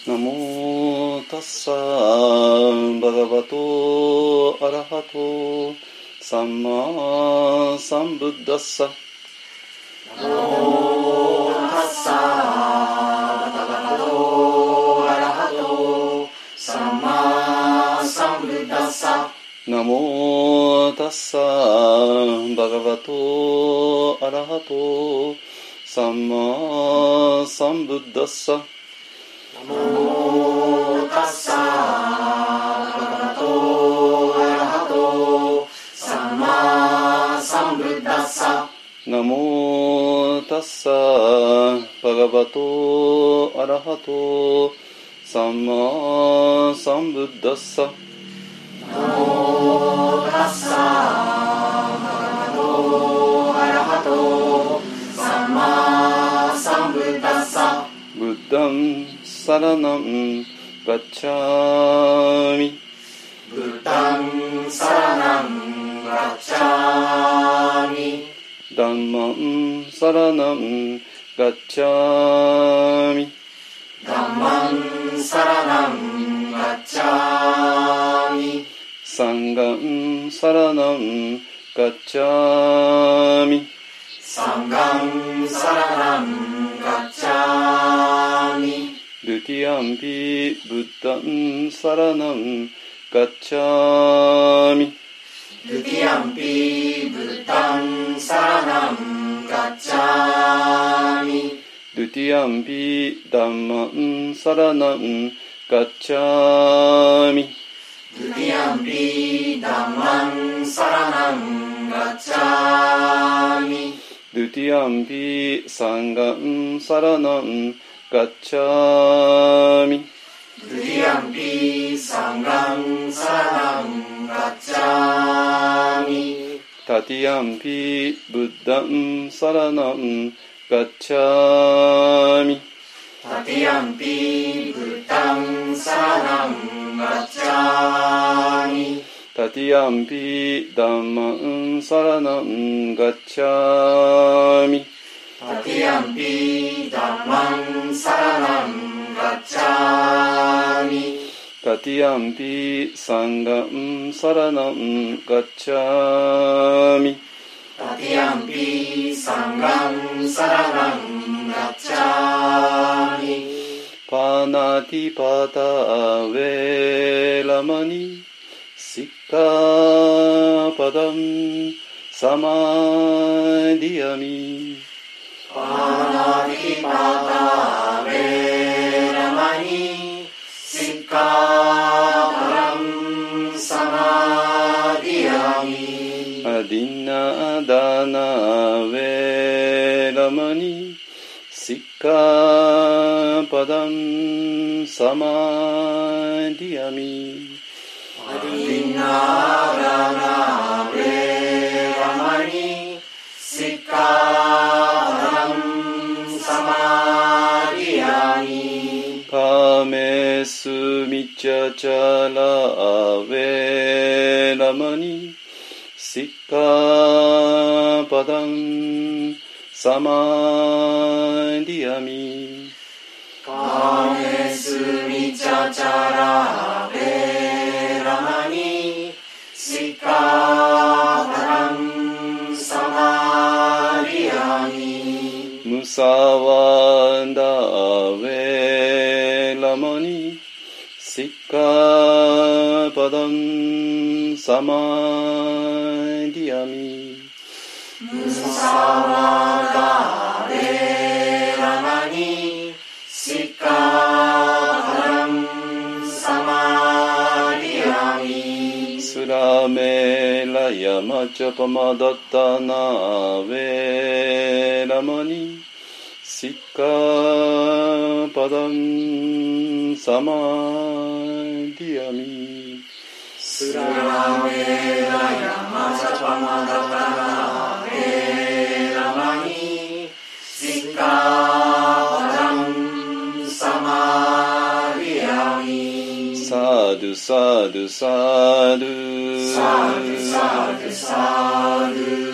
ナモタッサーバガバトアラハトサンマサンブッダッサ。 ナモタッサーバガバトアラハトサンマサンブッダッサ。 ナモタッサーバガバトアラハトサンマサンブッダッサ。 ナモタッサーバガバトアラハトサンマサンブッダッサ。 ナモタッサーバガバトアラハトサンマサンブッダッサ。 ナモタッサーバガバトアラハトサンマサンブッダッサ。 ブッダンサラナンガッチャミ。 ブッダンサラナンガッチャミ。 ダンマンサラナンガッチャミ。 ダンマンサラナンガッチャミ。 サンガンサラナンガッチャミ。 サンガンサラナンガッチャミ。 ドゥティアンピブッダンサラナンガッチャミ。 ドゥティアンピブッダンサラナンガッチャミ。 ドゥティアンピダンマンサラナンガッチャミ。 ドゥティアンピダンマンサラナンガッチャミ。 ドゥティアンピサンガンサラナンガッチャミ。 ドゥティアンピサンガンサラナンガッチャミ。 タティアンピブッダンサラナンガッチャミ。 タティアンピブッダンサラナンガッチャミ。 タティアンピダンマンサラナンガッチャミ。 タティアンピダンマンサラナンガッチャミ。 タティアンピサンガンサラナンガッチャミ。 タティアンピサンガンサラナンガッチャミ。 パナティパタウェラマニシッカパダンサマディアミ。 パナティパタウェラマニシッカパダンサマディアミ。 アディナダナウェラマニシッカパダンサマディアミ。 アディナダナウェラマニシッカパダンサマディアミ。 カメスミチャチャラウェラマニシッカパダンサマディアミ。 カメスミチャチャラウェラマニシッカパダンサマディアミ。 ムサワダウェラマニシッカパダンサマディアミ。 ムサワダウェラマニシッカパダンサマディアミ。 スラメラヤマチャパマダッタナウェラマニシッカパダンサマディアミ。 スラメラヤマチャパマダタナウェラマニシッカパダンサマディアミ。 サドゥサドゥサドゥサドゥサドゥサドゥ。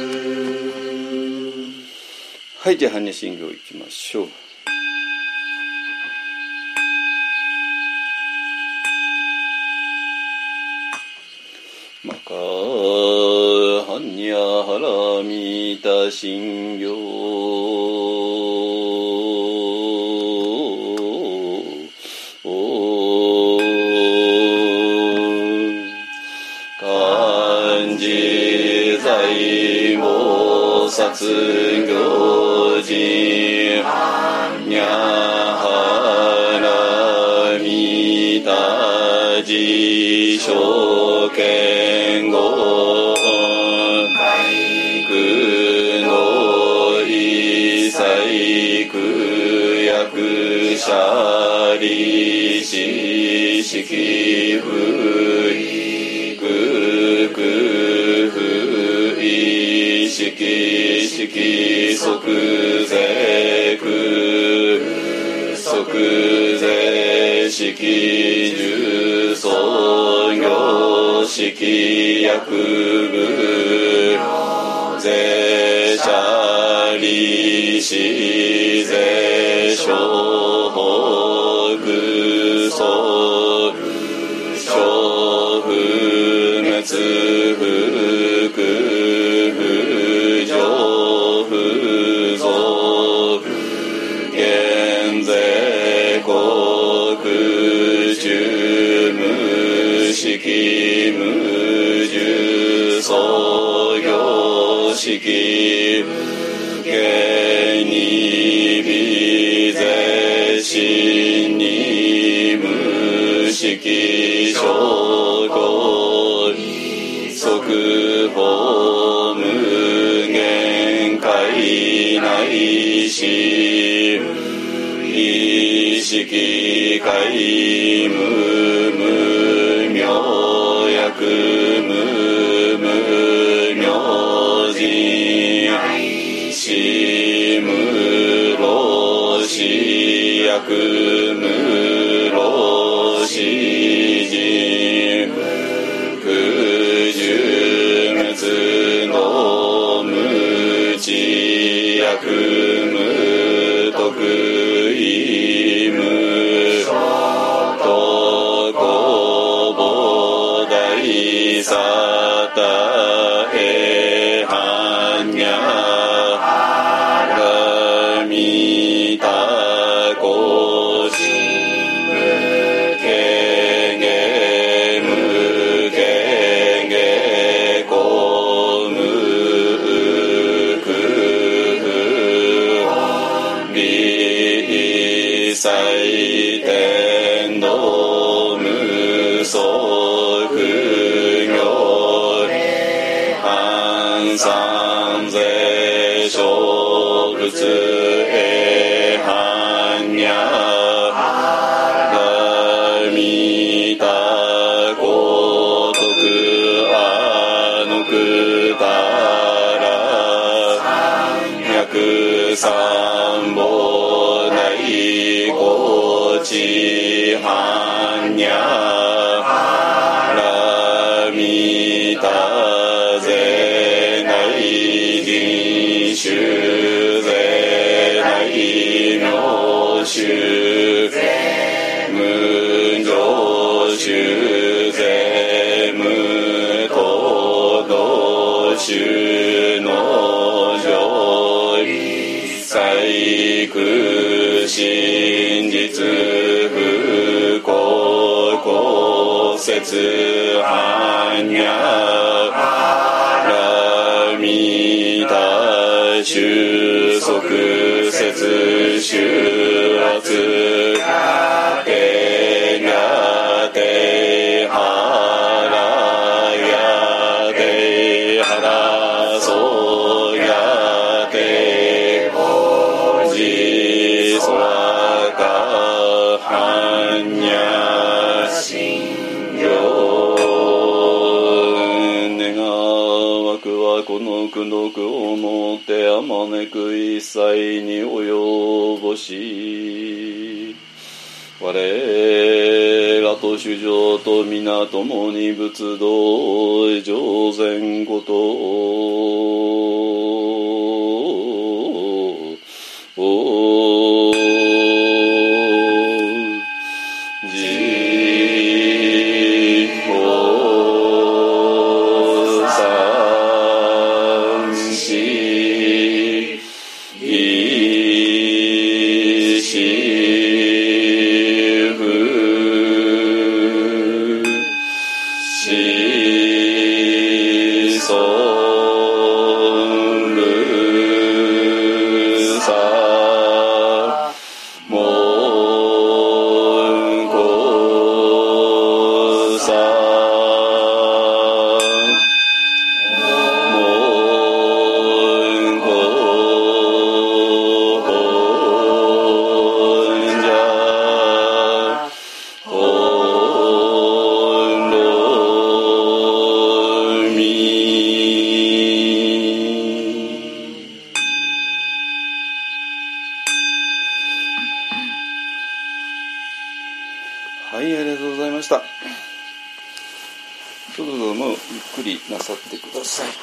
はい、じゃあ般若心経いきましょう。 パラミタ信行漢字財菩薩行人にゃはらみたじ証券語苦の一切苦役者利子式不意苦不意識式即税苦即税式重創業式薬部税者利子税商法具相小不滅不空不上不増減税国中無式無重創業式無に微税心に無式証拠即法無限界内し意識界無明薬無明人死無老死薬無老死人不十滅の無知薬無徳意無とこぼ大沙汰へはんにゃがみたこし無けげ無けげこ無く微細天道無相不行半三世小仏へはんにゃがみたごとくあのくたら百三宝内高知はんにゃらみたぜ内人衆ぜ内名衆無常衆ぜ無等道衆の上一切苦真実不幸公説般若らみた収束説収圧てがてはらやてはらそうやてこじそわかはんにゃ心行願わくはこの功徳をもってあまねく一切に及ぼし我らと主上と皆共に仏道上善ことした。どうぞもゆっくりなさってください。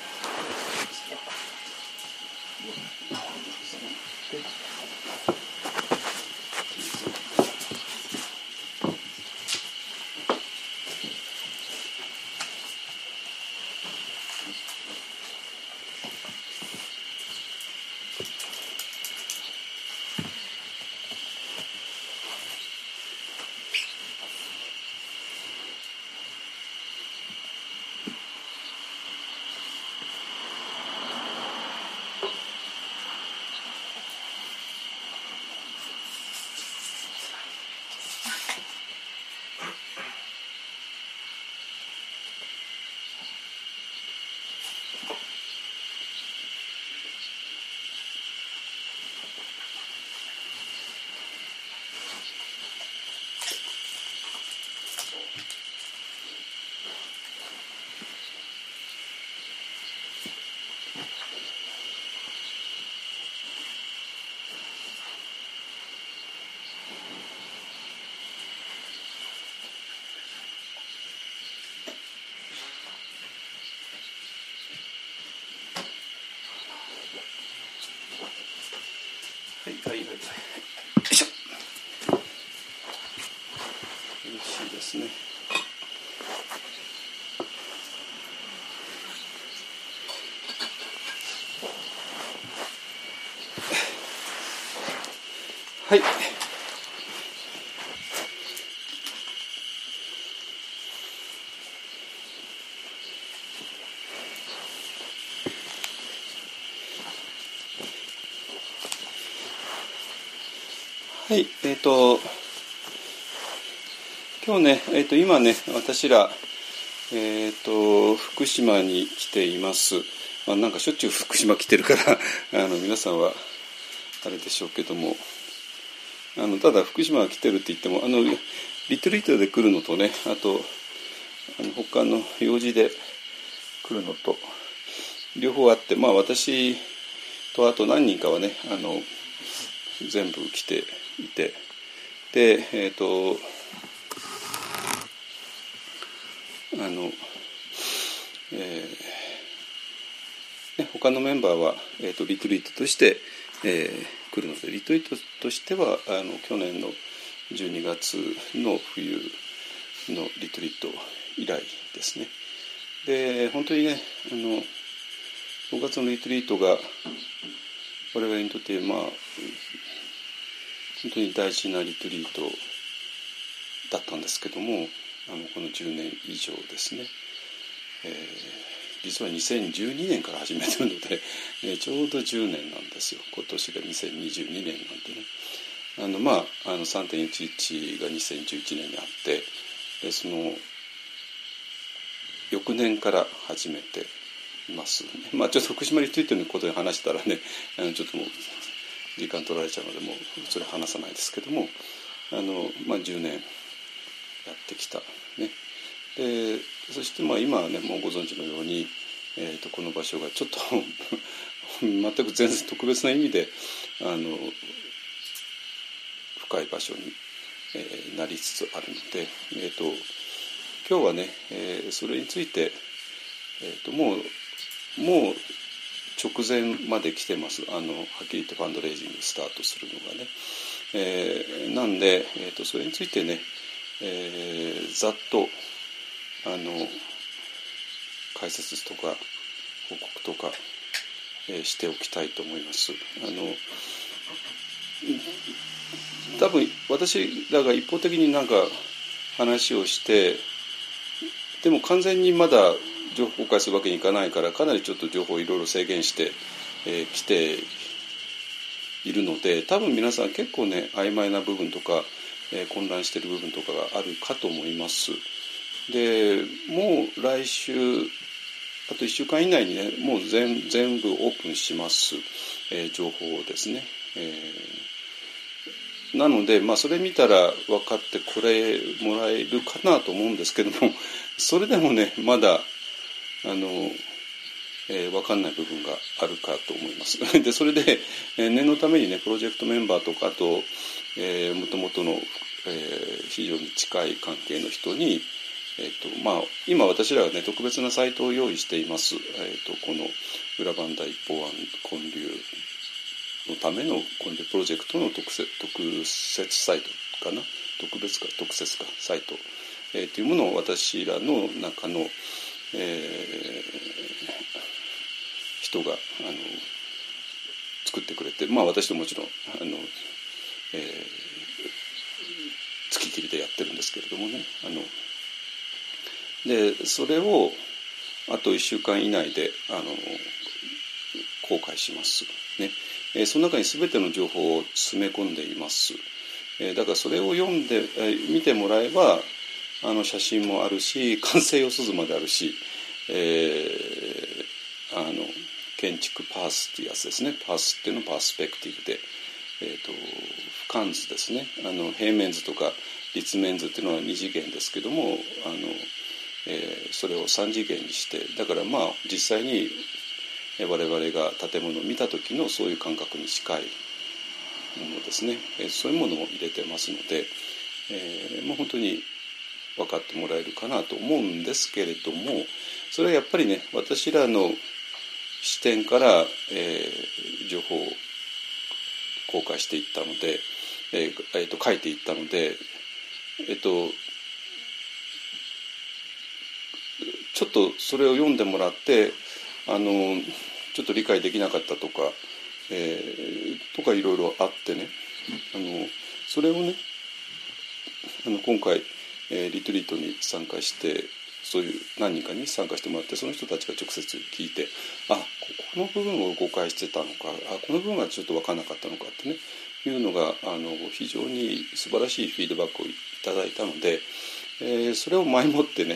はい、よいしょ。よろしいですね。はい。はい、今日ね、今ね、私ら、福島に来ています。なんかしょっちゅう福島来てるから皆さんはあれでしょうけども、ただ福島が来てるって言ってもリトリートで来るのとね、あと他の用事で来るのと両方あって、私とあと何人かはね全部来ていて、で他のメンバーは、リトリートとして、来るので、リトリートとしては去年の12月の冬のリトリート以来ですね。で本当にね5月のリトリートが我々にとって本当に大事なリトリートだったんですけども、この10年以上ですね、実は2012年から始めてるので、ちょうど10年なんですよ。今年が2022年なんでね、3.11 が2011年にあって、でその翌年から始めていますね。ちょっと福島リトリートのことに話したらね、ちょっともう時間取られちゃうのでもうそれ話さないですけども、10年やってきたね。でそして今はねもうご存知のように、この場所がちょっと全く全然特別な意味で深い場所に、なりつつあるので、今日はね、それについて、もう直前まで来てます。はっきり言ってファンドレイジングスタートするのがね、なんで、それについてね、ざっと解説とか報告とか、しておきたいと思います。多分私らが一方的になんか話をしてでも完全にまだ情報公開するわけにいかないからかなりちょっと情報をいろいろ制限してきているので、多分皆さん結構ね曖昧な部分とか、混乱している部分とかがあるかと思います。でもう来週あと1週間以内にねもう全部オープンします、情報をですね、なので、それ見たら分かってこれもらえるかなと思うんですけども、それでもねまだ分かんない部分があるかと思います。でそれで、念のためにねプロジェクトメンバーとかあともともとの非常に近い関係の人に、今私らがね特別なサイトを用意しています。この裏磐梯一方案建立のための建立プロジェクトの特設サイトかな、特設かサイト、というものを私らの中の、人が作ってくれて、私ともちろん月切りでやってるんですけれどもね、でそれをあと1週間以内で公開しますね。その中に全ての情報を詰め込んでいます。だからそれを読んで見てもらえば写真もあるし、完成予想図まであるし、建築パースっていうやつですね。パースっていうのパースペクティブで、俯瞰図ですね。平面図とか立面図っていうのは2次元ですけども、それを3次元にして、だから実際に我々が建物を見た時のそういう感覚に近いものですね。そういうものを入れてますので、本当に分かってもらえるかなと思うんですけれども、それはやっぱりね私らの視点から、情報を公開していったので、書いていったので、ちょっとそれを読んでもらってちょっと理解できなかったとか、とかいろいろあってね、それをね今回、リトリートに参加してそういう何人かに参加してもらって、その人たちが直接聞いて、ここの部分を誤解してたのか、この部分がちょっと分からなかったのかってねいうのが非常に素晴らしいフィードバックをいただいたので、それを前もってね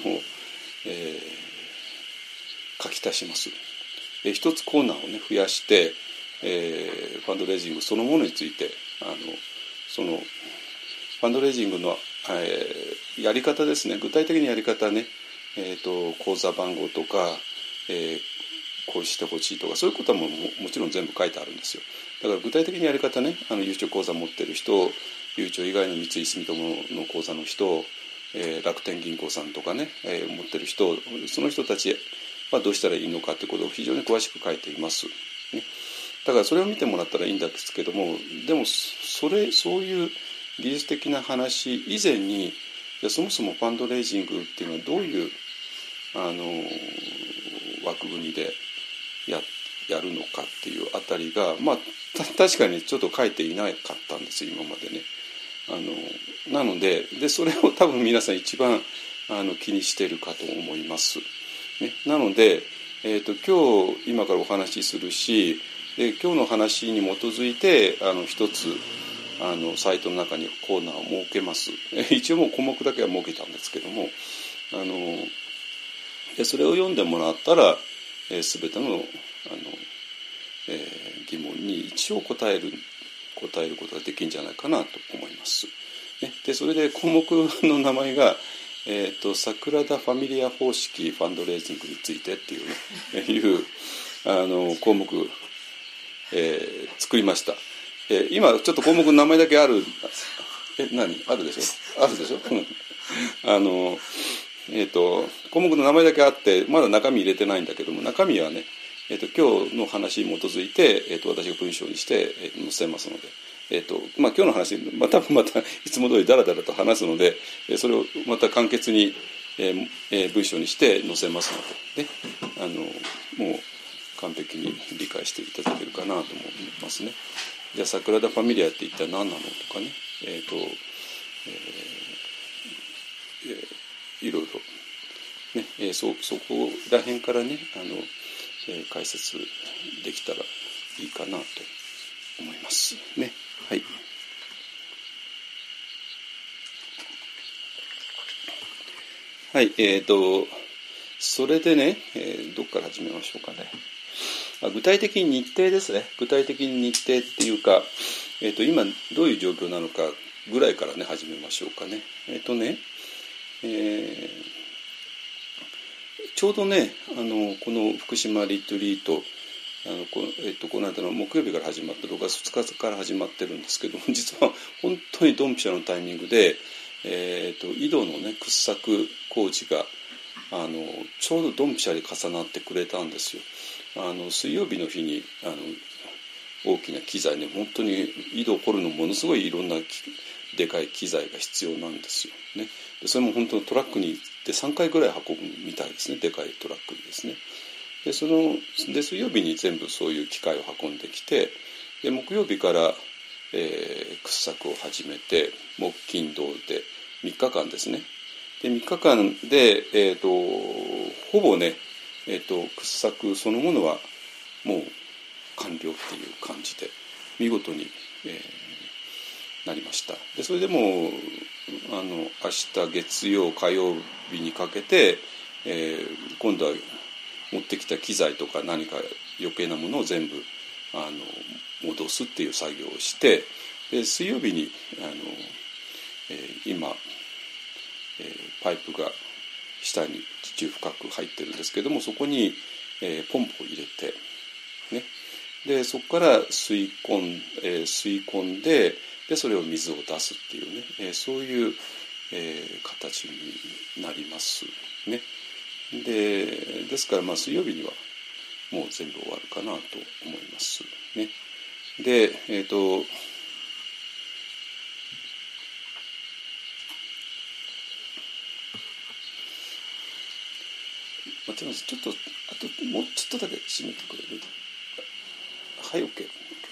書き足します。一つコーナーをね増やして、ファンドレイジングそのものについてそのファンドレイジングの、やり方ですね、具体的なやり方ね、口座番号とか、こうしてほしいとかそういうことはもちろん全部書いてあるんですよ。だから具体的なやり方ね、ゆうちょ口座持ってる人、ゆうちょ以外の三井住友の口座の人、楽天銀行さんとかね、持ってる人、その人たちはどうしたらいいのかということを非常に詳しく書いています、ね。だからそれを見てもらったらいいんですけども、でもそういう技術的な話以前にそもそもファンドレイジングっていうのはどういう枠組みでやるのかっていうあたりが、確かにちょっと書いていなかったんです今までね。なのでそれを多分皆さん一番気にしているかと思います、ね。なので、今日今からお話しするし、今日の話に基づいて一つサイトの中にコーナーを設けます。一応もう項目だけは設けたんですけども、それを読んでもらったら、全ての疑問に一応答えることができるんじゃないかなと思います。でそれで項目の名前が、サクラダ・ファミリア方式ファンドレイジングについてっていう、いう項目、作りました。今ちょっと項目の名前だけある。何あるでしょ。あるでしょ。項目の名前だけあってまだ中身入れてないんだけども、中身はね、今日の話に基づいて、私が文章にして、載せますので、今日の話多分またいつも通りダラダラと話すので、それをまた簡潔に、文章にして載せますので、ね、もう完璧に理解していただけるかなと思いますね。じゃあサグラダ・ファミリアって一体何なのとかね、いろいろ、ね、そこら辺からね解説できたらいいかなと思いますね。はい。はい、それでね、どっから始めましょうかね。具体的に日程ですね。具体的に日程っていうか、今どういう状況なのかぐらいからね始めましょうかね。ちょうどねこの福島リトリート、 この間の木曜日から始まった6月2日から始まってるんですけども、実は本当にドンピシャのタイミングで、井戸のね掘削工事がちょうどドンピシャに重なってくれたんですよ。水曜日の日に大きな機材ね、本当に井戸を掘るのものすごいいろんなでかい機材が必要なんですよね。でそれも本当にトラックに行って3回ぐらい運ぶみたいですね、でかいトラックにですね。で水曜日に全部そういう機械を運んできて、で木曜日から、掘削を始めて、木金土で3日間ですね。で3日間で、ほぼね、掘削そのものはもう完了っていう感じで見事に、なりました。でそれでも明日月曜火曜日にかけて、今度は持ってきた機材とか何か余計なものを全部戻すっていう作業をして、で水曜日に今、パイプが下に地中深く入ってるんですけども、そこに、ポンプを入れて、ね、でそこから吸い込んで、それを水を出すっていうね、そういう、形になりますね。ですから水曜日にはもう全部終わるかなと思いますね。で待ってます。ちょっとあともうちょっとだけ締めてくれる？はい、 OK。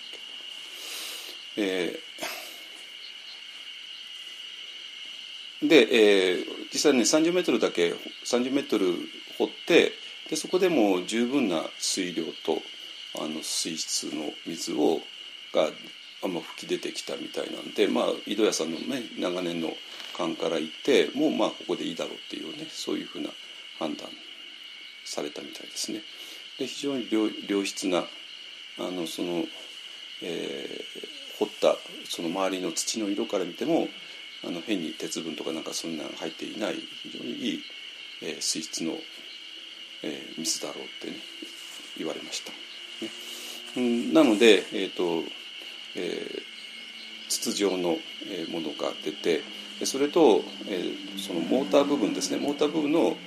で、実際に30メートルだけ30メートル掘って、でそこでもう十分な水量と水質の水が吹き出てきたみたいなんで、井戸屋さんのね長年の勘から言って、もうここでいいだろうっていうね、そういうふうな判断されたみたいですね。で非常に良質な掘ったその周りの土の色から見ても変に鉄分とかなんかそんなの入っていない非常にいい、水質の、水だろうってね言われました、ね。なので、筒状のものが出て、それと、そのモーター部分ですね、モーター部分の、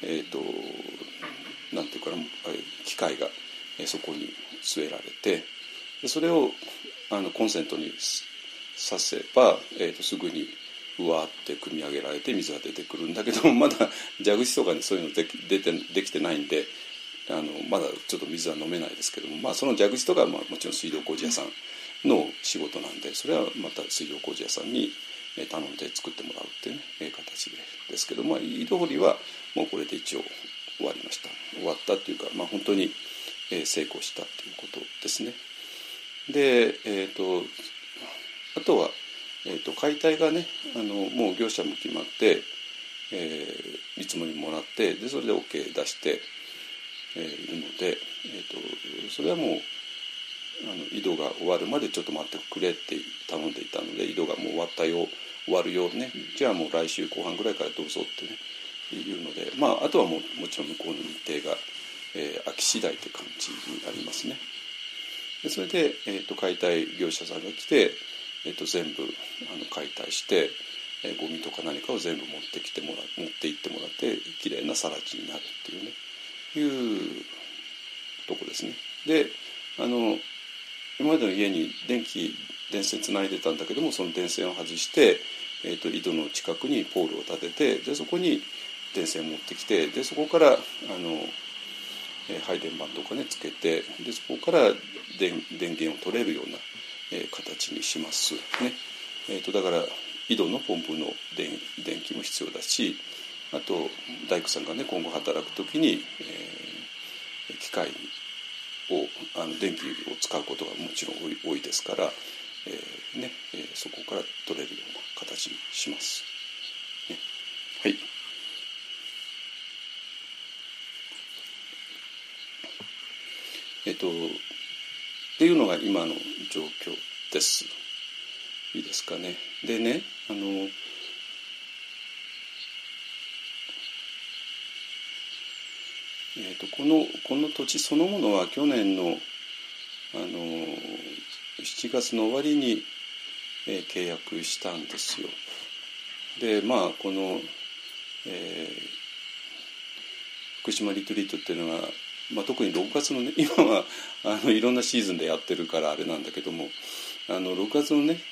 なんていうかな、機械がそこに据えられて、それをコンセントに挿せば、すぐにうわーって組み上げられて水が出てくるんだけども、まだ蛇口とかにそういうのできてないんで、まだちょっと水は飲めないですけども、その蛇口とかはもちろん水道工事屋さんの仕事なんで、それはまた水道工事屋さんに頼んで作ってもらうっていうね、形ですけど、井戸掘りはもうこれで一応終わりました。終わったっていうか、本当に成功したっていうことですね。で、あとは解体がね、もう業者も決まって、見積もりもらって、でそれで OK 出して、いるので、それはもう井戸が終わるまでちょっと待ってくれって頼んでいたので、井戸がもう終わるよね、じゃあもう来週後半ぐらいからどうぞってねいうので、あとはもちろん向こうの日程が、空き次第って感じになりますね。でそれで、解体業者さんが来て、全部解体して、ゴミとか何かを全部持って行ってもらってきれいな更地になるっていうね、いうとこですね。で今までの家に電線つないでたんだけども、その電線を外して、井戸の近くにポールを立てて、でそこに電線を持ってきて、でそこから配電盤とかねつけて、でそこから電源を取れるような形にしますね。だから井戸のポンプの電気も必要だし、あと大工さんがね今後働くときに、機械を電気を使うことがもちろん多いですから、そこから取れるような形にします、ね。はい。っていうのが今の状況です。いいですかね。でね、この土地そのものは去年の 7月の終わりに、契約したんですよ。でこの、福島リトリートっていうのが、特に6月のね、今はいろんなシーズンでやってるからあれなんだけども、6月のね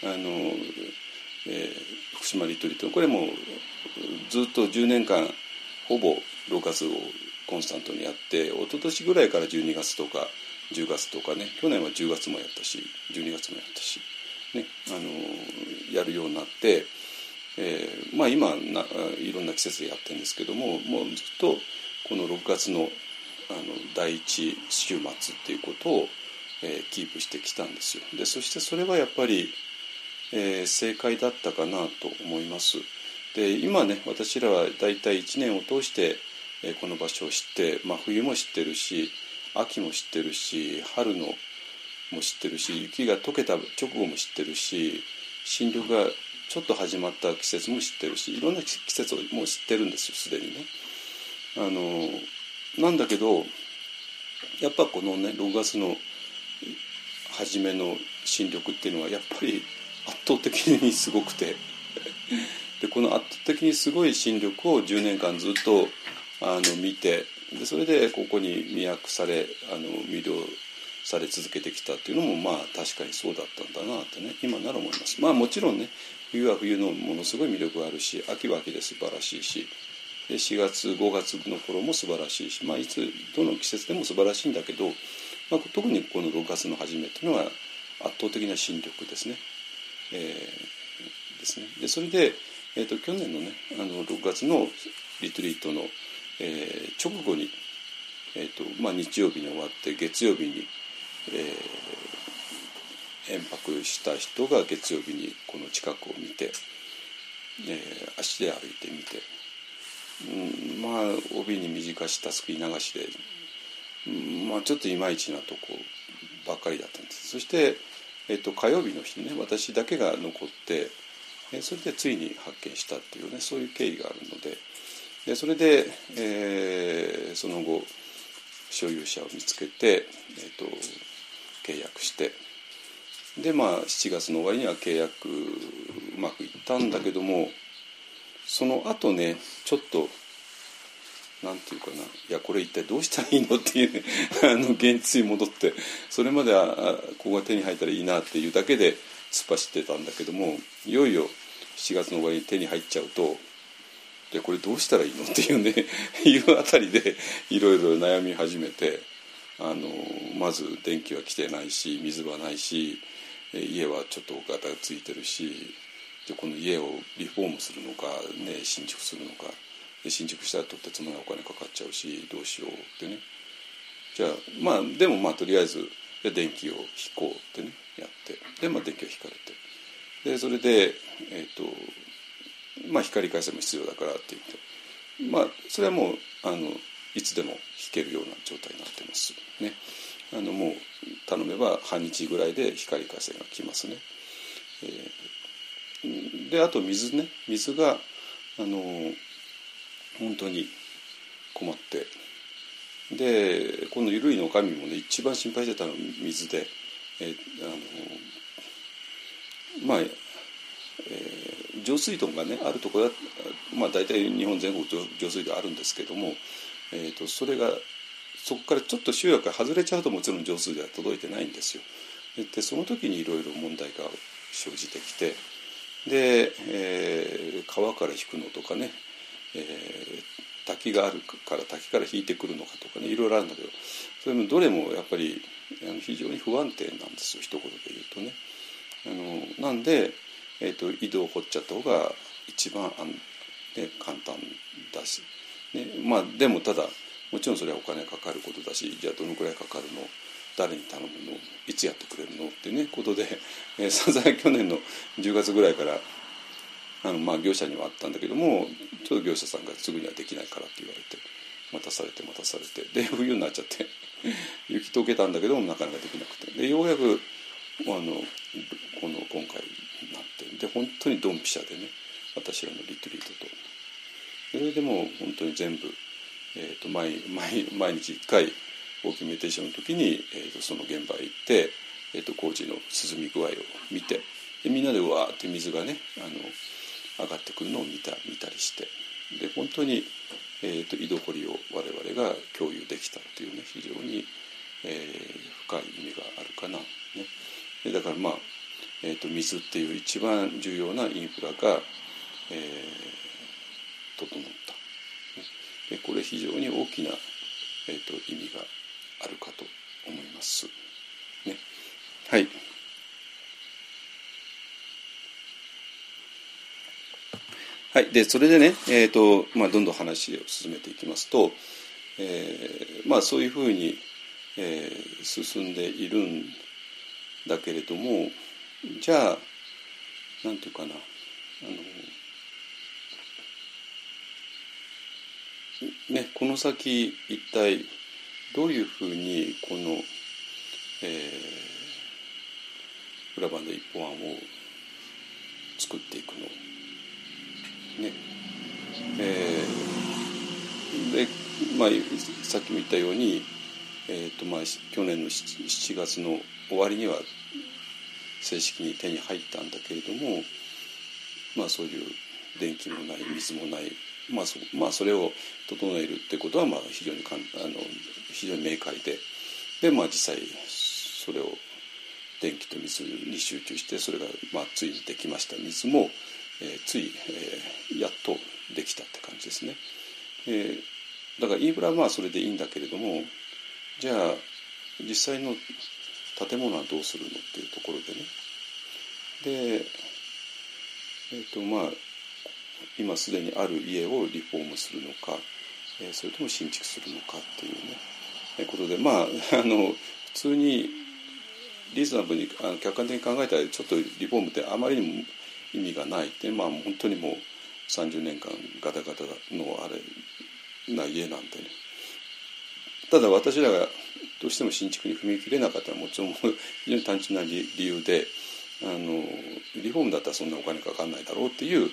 福島リトリート、これもずっと10年間ほぼ6月をコンスタントにやって、一昨年ぐらいから12月とか10月とかね、去年は10月もやったし12月もやったし、ね、やるようになって、今いろんな季節でやってるんですけども、もうずっとこの6月の第1週末っていうことを、キープしてきたんですよ。でそしてそれはやっぱり、正解だったかなと思います。で今ね、私らはだいたい1年を通して、この場所を知って、冬も知ってるし、秋も知ってるし、春のも知ってるし、雪が溶けた直後も知ってるし、新緑がちょっと始まった季節も知ってるし、いろんな季節をもう知ってるんですよ、すでにね。なんだけどやっぱこのね6月の初めの新緑っていうのはやっぱり圧倒的にすごくてでこの圧倒的にすごい新緑を10年間ずっと見て、でそれでここに魅了され魅了され続けてきたっていうのも確かにそうだったんだなってね、今なら思います。もちろんね、冬は冬のものすごい魅力があるし、秋は秋で素晴らしいし、で4月5月の頃も素晴らしいし、いつどの季節でも素晴らしいんだけど、特にこの6月の初めっていうのは圧倒的な新緑ですね。でそれで、去年のね6月のリトリートの、直後に、日曜日に終わって月曜日に、延泊した人が月曜日にこの近くを見て、足で歩いてみて、帯に短したすくい流しで、ちょっといまいちなとこばっかりだったんです。そして、火曜日の日にね、私だけが残って、それでついに発見したっていうね、そういう経緯があるので、それで、その後所有者を見つけて、契約して、で7月の終わりには契約うまくいったんだけども、その後ね、ちょっとなんていうかな、いやこれ一体どうしたらいいのっていうね現実に戻って、それまではここが手に入ったらいいなっていうだけで突っ走ってたんだけども、いよいよ7月の終わりに手に入っちゃうと、でこれどうしたらいいのっていうねいうあたりでいろいろ悩み始めて、まず電気は来てないし、水はないし、家はちょっとガタがついてるし、でこの家をリフォームするのか、ね、新築するのかで、新築したらとってつもないお金かかっちゃうし、どうしようってね。じゃあでもとりあえず電気を引こうってねやって、で電気を引かれて、でそれで光回線も必要だからって言って、それはもういつでも引けるような状態になってますね。もう頼めば半日ぐらいで光回線が来ますね。であと水が本当に困って、でこのゆるいの神もね、一番心配してたのは水で、上水道がねあるところは、大体日本全国上水道あるんですけども、そこからちょっと集落が外れちゃうと、もちろん上水道は届いてないんですよ。でその時にいろいろ問題が生じてきて、で、川から引くのとかね、滝があるから滝から引いてくるのかとかね、いろいろあるんだけど、それもどれもやっぱり非常に不安定なんですよ、一言で言うとね。なんで、井戸を掘っちゃった方が一番簡単だし、ね、でもただもちろんそれはお金かかることだし、じゃあどのくらいかかるの、誰に頼むの、いつやってくれるのっていうねことで、散々去年の10月ぐらいから業者にはあったんだけども、ちょっと業者さんがすぐにはできないからって言われて、待たされてで冬になっちゃって雪解けたんだけどもなかなかできなくて、でようやく今回になって、で本当にドンピシャでね、私らのリトリートと、それでもう本当に全部、毎日1回大きいメディテーションの時に、その現場へ行って、こ工事の進み具合を見て、でみんなでわーって水がね上がってくるのを見たりして、で本当に、井戸掘りを我々が共有できたっていうね、非常に、深い意味があるかな、ね、でだから水っていう一番重要なインフラが、整った。でこれ非常に大きな、意味があるかと思います。ね、はい。はい、でそれでね、どんどん話を進めていきますと、そういうふうに、進んでいるんだけれども、じゃあなんていうかな、この先一体どういうふうにこの、裏バンド一本案を作っていくの、ねでさっきも言ったように、去年の7月の終わりには正式に手に入ったんだけれども、そういう電気もない水もない、それを整えるってことは非常に明快で、実際それを電気と水に集中して、それがついにできました。水も、やっとできたって感じですね。だからインフラはそれでいいんだけれども、じゃあ実際の建物はどうするのっていうところでね、で今すでにある家をリフォームするのか、それとも新築するのかっていうねことで、普通にリーズナブルに客観的に考えたら、ちょっとリフォームってあまりにも意味がないって、本当にもう30年間ガタガタのあれな家なんでね。ただ私らがどうしても新築に踏み切れなかったのはもちろん非常に単純な理由で、リフォームだったらそんなお金かかんないだろうっていう、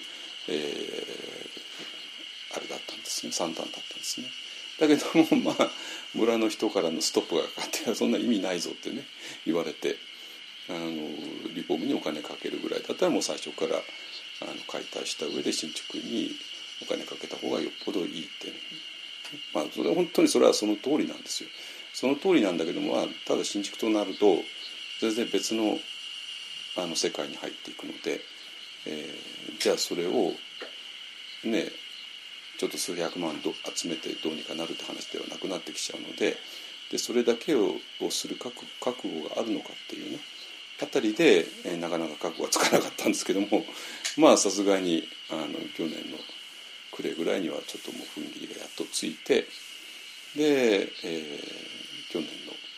あれだったんですね、算段だったんですね。だけども村の人からのストップがかかって、そんな意味ないぞってね言われて、リフォームにお金かけるぐらいだったらもう最初から解体した上で新築にお金かけた方がよっぽどいいってね、それ本当にそれはその通りなんですよ。その通りなんだけども、ただ新築となると全然別の世界に入っていくので、じゃあそれをねちょっと数百万集めてどうにかなるって話ではなくなってきちゃうので、それだけをする覚悟があるのかっていうねあたりで、なかなか覚悟はつかなかったんですけども、さすがに去年の暮れぐらいにはちょっともう踏ん切りがやっとついて、で、去年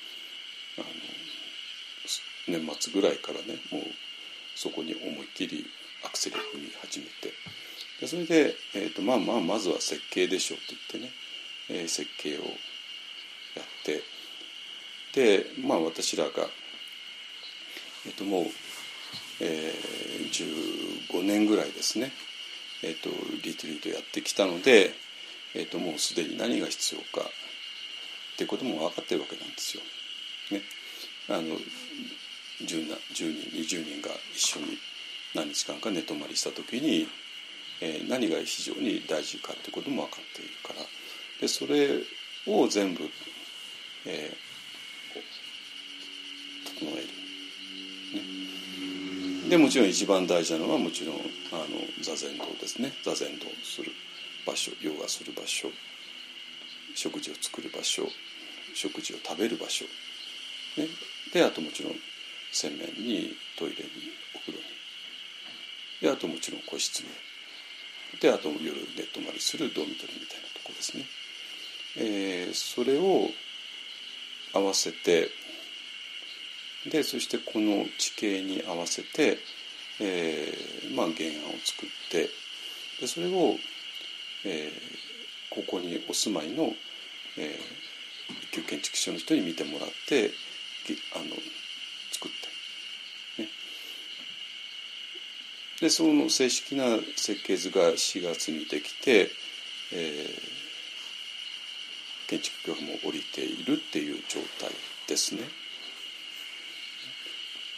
の年末ぐらいからねもうそこに思いっきりアクセルを踏み始めて、でそれで、まずは設計でしょって言ってね、設計をやって、で私らがもう、15年ぐらいですね、リトリートやってきたので、もうすでに何が必要かっていうことも分かってるわけなんですよ。ね、10人20人が一緒に何日間か寝泊まりした時に、何が非常に大事かっていうことも分かっているから、でそれを全部、整える。でもちろん一番大事なのはもちろん座禅堂ですね。座禅堂する場所、ヨガする場所、食事を作る場所、食事を食べる場所、ね、であともちろん洗面にトイレにお風呂に、であともちろん個室に、であと夜寝泊まりするドミトリーみたいなところですね。それを合わせて、でそしてこの地形に合わせて、原案を作って、でそれを、ここにお住まいの、一級建築士の人に見てもらって作って、ね、でその正式な設計図が4月にできて、建築許可も下りているっていう状態ですね。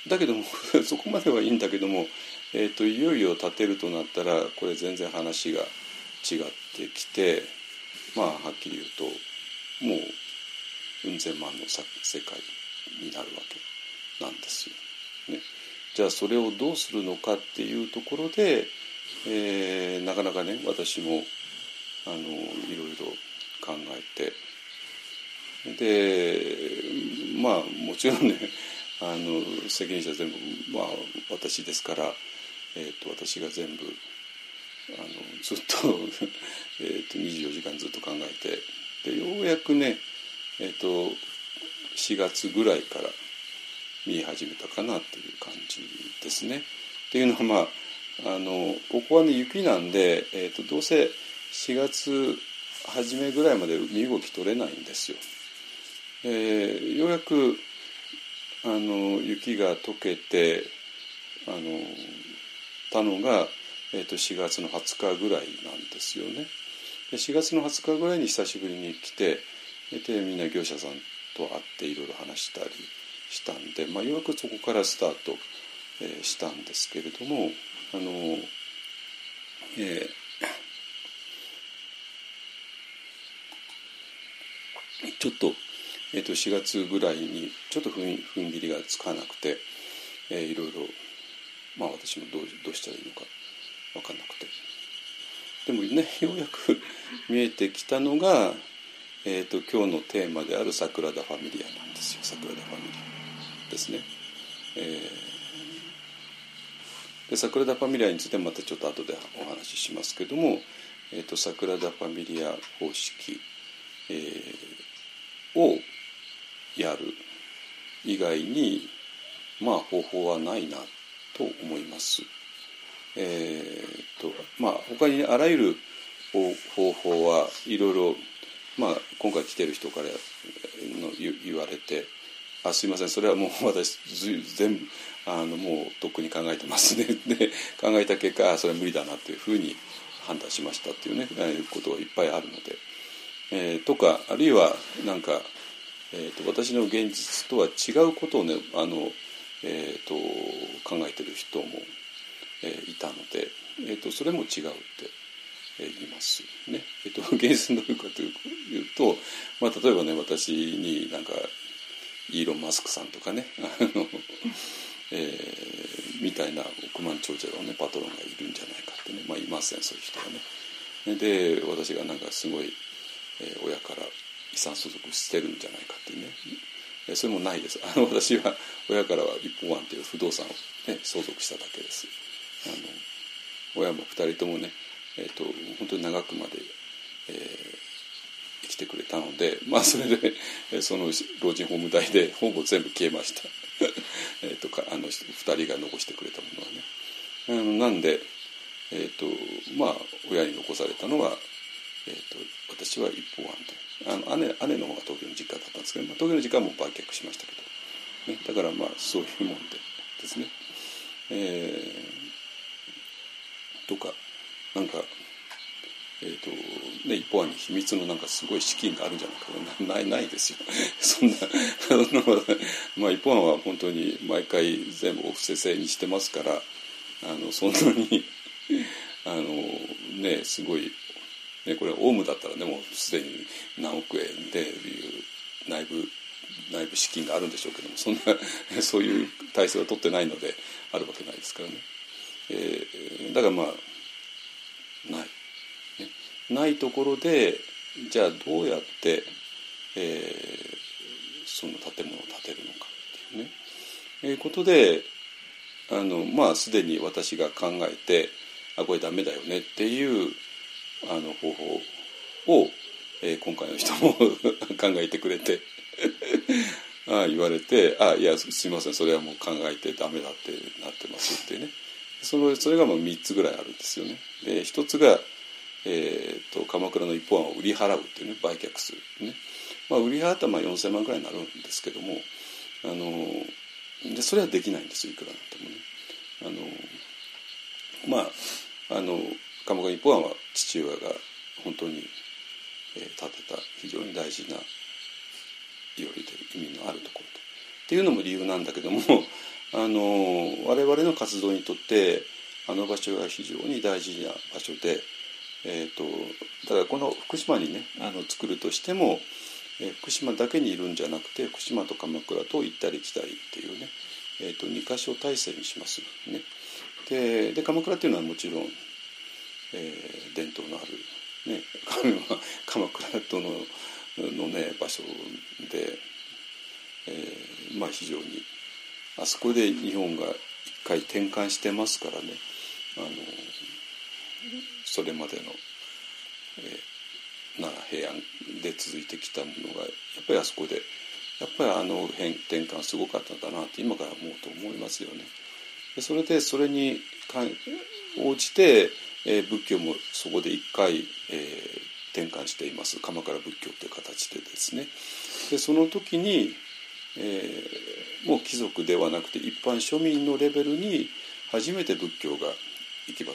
だけどもそこまではいいんだけども、いよいよ建てるとなったらこれ全然話が違ってきて、まあはっきり言うともううん千万の世界になるわけなんですよ、ね。じゃあそれをどうするのかっていうところで、なかなかね私もいろいろ考えて、でまあもちろんね責任者全部、まあ、私ですから、私が全部ずっと24時間ずっと考えて、でようやくね、4月ぐらいから見え始めたかなっていう感じですね。っていうのはまあここはね雪なんで、どうせ4月初めぐらいまで身動き取れないんですよ。ようやく雪が溶けてたのが、4月の20日ぐらいなんですよね。で4月の20日ぐらいに久しぶりに来て、でみんな業者さんと会っていろいろ話したりしたんで、まあ、ようやくそこからスタート、したんですけれどもちょっと、4月ぐらいにちょっと踏ん切りがつかなくて、いろいろ、まあ、私もどうしたらいいのか分かんなくて、でもねようやく見えてきたのが、今日のテーマであるサグラダ・ファミリアなんですよ。サグラダ・ファミリアですね。でサグラダ・ファミリアについてまたちょっと後でお話ししますけども、サグラダ・ファミリア方式、をやる以外にまあ方法はないなと思います。まあ他にあらゆる方法はいろいろ、まあ、今回来てる人から言われて、すいませんそれはもう私全部もうとっくに考えてますねで考えた結果それは無理だなというふうに判断しましたっていうねことがいっぱいあるので、とかあるいはなんか、私の現実とは違うことをね考えてる人も、いたので、それも違うって言いますね。現実どういうかというと、まあ、例えばね私になんかイーロン・マスクさんとかねみたいな億万長者のねパトロンがいるんじゃないかってね、まあいませんそういう人はね。で私がなんかすごい、親から遺産相続してるんじゃないかってね、それもないです。私は親からは一方案という不動産を、ね、相続しただけです。親も2人ともね、本当に長くまで、生きてくれたので、まあそれでその老人ホーム代でほぼ全部消えました2人が残してくれたものはね。なんで、まあ親に残されたのは、私は一方案で姉の方が東京の実家だったんですけど、まあ、東京の実家はもう売却しましたけど、ね、だからまあそういうもんでですね、とかなんかね、一方案に秘密のなんかすごい資金があるんじゃないかないですよそんなまあ一方案は本当に毎回全部お布施制にしてますから、そんなにねすごい、ね、これオウムだったらねもうすでに何億円でいう内部資金があるんでしょうけども、そんなそういう体制は取ってないのであるわけないですからね。だからまあないところでじゃあどうやって、その建物を建てるのかっていうね、ことでまあすでに私が考えてこれダメだよねっていう方法を、今回の人も考えてくれて言われていやすいませんそれはもう考えてダメだってなってますってね、それがまあ3つぐらいあるんですよね。で1つが鎌倉の一方案を売り払うっていうね売却するね、まあ、売り払ったらまあ4000万くらいになるんですけどもでそれはできないんですよいくらなんでもね。まあ鎌倉の一方案は父親が本当に、建てた非常に大事な意味のあるところとっていうのも理由なんだけども我々の活動にとってあの場所が非常に大事な場所で、だからこの福島にね作るとしても、福島だけにいるんじゃなくて福島と鎌倉と行ったり来たりっていうね、2カ所体制にしますね。で鎌倉っていうのはもちろん、伝統のある、ね、鎌倉とのね場所で、非常にあそこで日本が一回転換してますからね、それまでの、奈良平安で続いてきたものがやっぱりあそこでやっぱり転換すごかったんだなって今から思うと思いますよね。でそれに応じて、仏教もそこで一回、転換しています。鎌倉仏教という形でですね。でその時に、もう貴族ではなくて一般庶民のレベルに初めて仏教が行き渡った。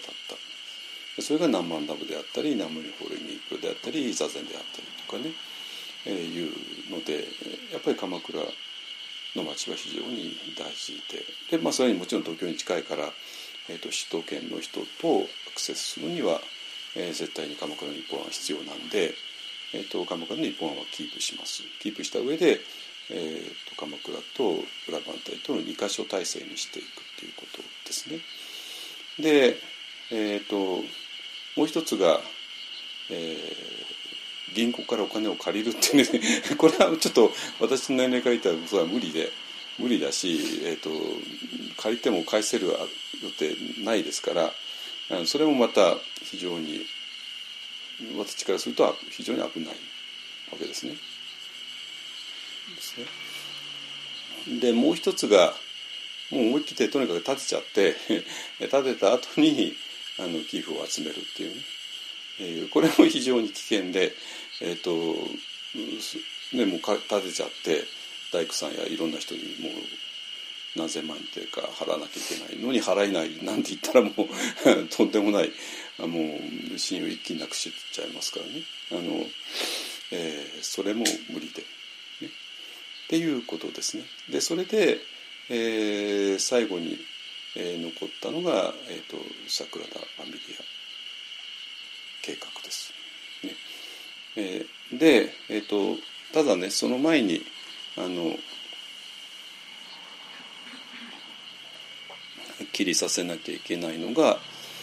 それが南蛮ダムであったり南無ニホルニークであったり座禅であったりとかね、いうのでやっぱり鎌倉の町は非常に大事で、それにもちろん東京に近いから、首都圏の人とアクセスするには、絶対に鎌倉の一本案は必要なんで、鎌倉の一本案はキープします。キープした上で、鎌倉と裏磐梯との2カ所体制にしていくということですね。で、もう一つが、銀行からお金を借りるっていうねこれはちょっと私の年齢から言ったらそれは無理だし、借りても返せる予定ないですから、それもまた非常に私からすると非常に危ないわけですね。でもう一つがもう思い切ってとにかく建てちゃって建てた後に寄付を集めるっていうね、これも非常に危険で、もう建てちゃって大工さんやいろんな人にもう何千万というか払わなきゃいけないのに払えないなんて言ったらもうとんでもないもう信用一気になくしちゃいますからね、それも無理で、ね、っていうことですね。でそれで、最後に、残ったのが、桜田ファミリア計画です、ね。で、ただねその前に切りさせなきゃいけないのが、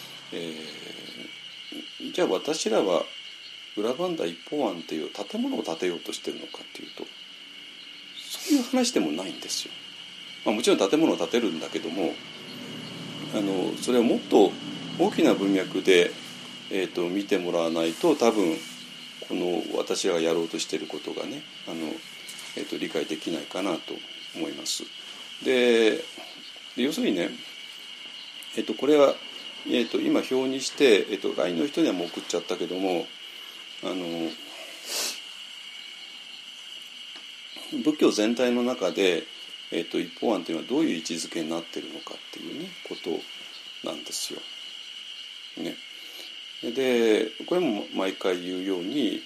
じゃあ私らは裏磐梯一本庵っていう建物を建てようとしてるのかっていうとそういう話でもないんですよ。もちろん建物を建てるんだけどもそれをもっと大きな文脈で、見てもらわないと多分この私がやろうとしていることがね理解できないかなと思います。で要するにね、これは、今表にして、LINE の人にはもう送っちゃったけども仏教全体の中で、一本案というのはどういう位置づけになっているのかっていうねことなんですよ。ね、でこれも毎回言うように、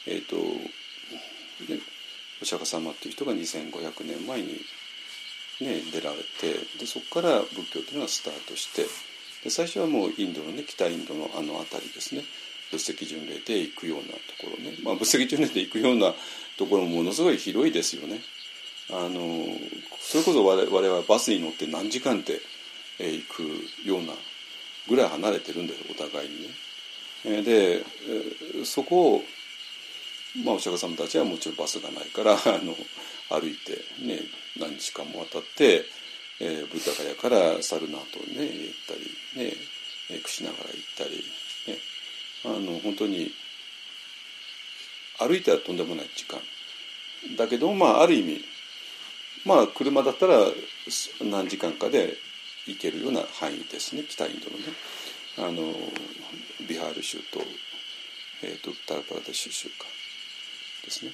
お釈迦様っていう人が2500年前に、ね、出られてでそこから仏教というのがスタートしてで最初はもうインドのね北インドの辺りですね仏石巡礼で行くようなところね、仏石巡礼で行くようなところもものすごい広いですよね。それこそ我々はバスに乗って何時間って行くようなぐらい離れてるんですお互いにね。でそこを、お釈迦様たちはもちろんバスがないから歩いて、ね、何日間も渡って、ブッダガヤからサルナートに、ね、行ったり、ね、クシナガラ行ったり、ね、本当に歩いてはとんでもない時間だけどある意味車だったら何時間かで行けるような範囲ですね。北インドのねビハール州と、ウッタラパラデシュ州かですね、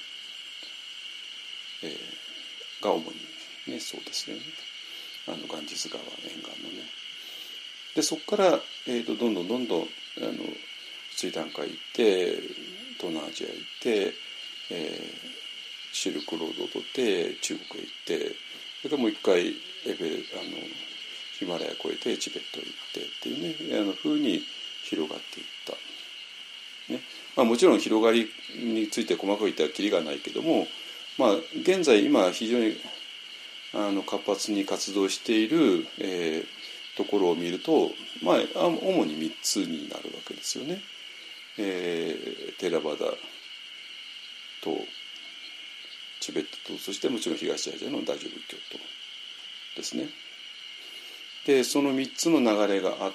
が主にねそうですよねガンジス川沿岸のね。でそこから、どんどんスリランカ行って東南アジア行って、 シルクロードを取って中国へ行って、それからもう一回ヒマラヤ越えてチベットへ行ってっていうね風に広がっていった、ね。もちろん広がりについて細かく言ったらキリがないけども、現在今非常に活発に活動している、ところを見ると、主に3つになるわけですよね。テラバダとチベットと、そしてもちろん東アジアの大乗仏教とですね。でその3つの流れがあって、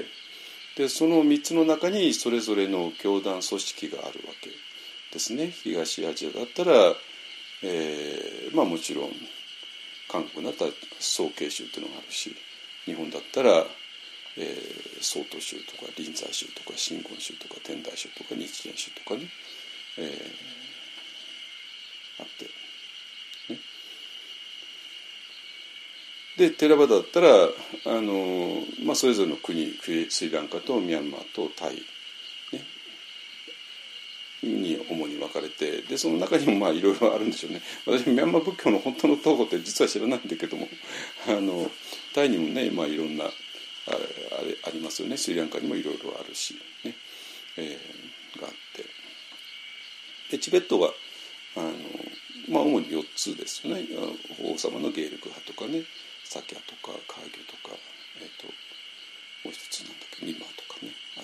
でその3つの中にそれぞれの教団組織があるわけですね。東アジアだったら、もちろん韓国だったら曹溪宗というのがあるし、日本だったら、曹洞宗とか臨済宗とか真言宗とか天台宗とか日蓮宗とかね、あって、ね。でテラバダだったらそれぞれの国、スリランカとミャンマーとタイ、ね、に主に分かれて、でその中にもいろいろあるんでしょうね。私ミャンマー仏教の本当の統合って実は知らないんだけども、タイにもねいろんなありますよね。スリランカにもいろいろあるし、ねがあって、でチベットは主に4つですよね。王様の芸力派とかね、サキャとかカーギョとか、もう一つなんだっけ、ニマとかねあって、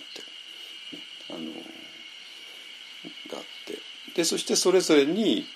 ね、があって、でそしてそれぞれに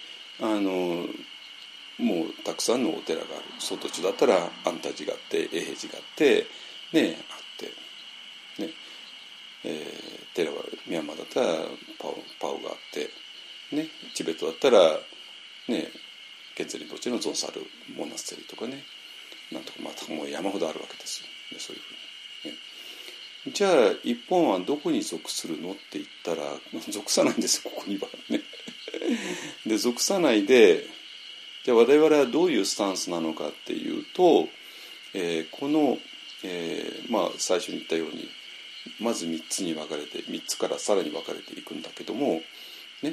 もうたくさんのお寺がある。曹洞宗だったら安泰寺があって永平寺があってねあってね、テラはミャンマーだったらパオがあってね、チベットだったらねケツリンポチのゾンサルモナステリとかね、なんとかもう山ほどあるわけですよ、ね、そういうふうに、ね。じゃあ一本はどこに属するのって言ったら属さないんですよ、ここにはね。で属さないで、じゃあ我々はどういうスタンスなのかっていうと、この、最初に言ったようにまず3つに分かれて、3つからさらに分かれていくんだけどもね、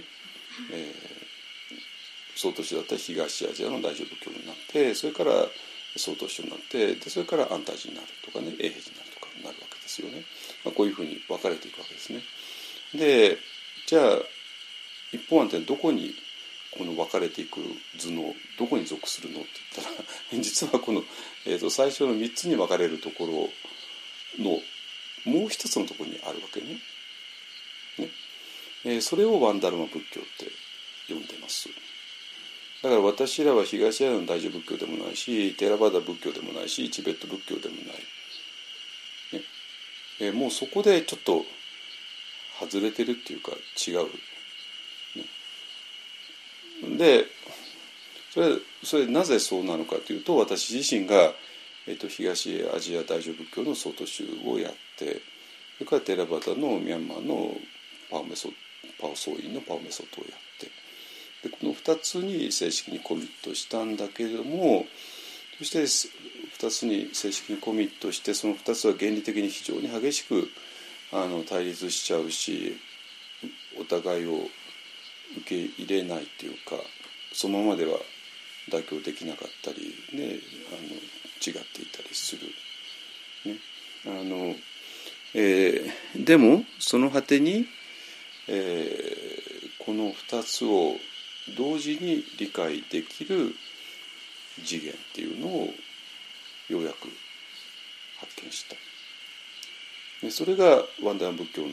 曹洞宗だったら東アジアの大乗仏教になって、それから曹洞宗になって、でそれから安泰寺になるとかね、永平寺になるとかになるわけですよね。こういうふうに分かれていくわけですね。でじゃあ一本案ってどこにこの分かれていく図のどこに属するのって言ったら実はこの、最初の3つに分かれるところのもう一つのところにあるわけね。それをワンダルマ仏教って呼んでます。だから私らは東アジアの大乗仏教でもないし、テラバダ仏教でもないし、チベット仏教でもない、ね。もうそこでちょっと外れてるっていうか違う。でそれなぜそうなのかというと、私自身が、東アジア大乗仏教の曹洞宗をやって、それからテラバダのミャンマーのパオ僧院のパオメソッドをやって、でこの2つに正式にコミットしたんだけれども、そして2つに正式にコミットして、その2つは原理的に非常に激しく対立しちゃうし、お互いを受け入れないというか、そのままでは妥協できなかったり、ね、違っていたりする、ね。でもその果てに、この2つを同時に理解できる次元っていうのをようやく発見した。でそれがワンダー仏教の、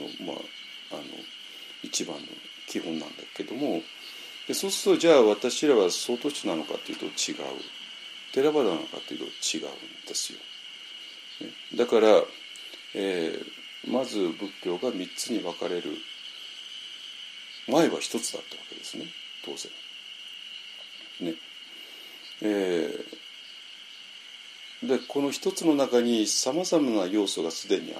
一番の基本なんだけども、でそうするとじゃあ私らは曹洞宗なのかというと違う、テラバダなのかというと違うんですよ。だから、まず仏教が3つに分かれる前は1つだったわけですね、当然。ね。でこの1つの中にさまざまな要素がすでにあって、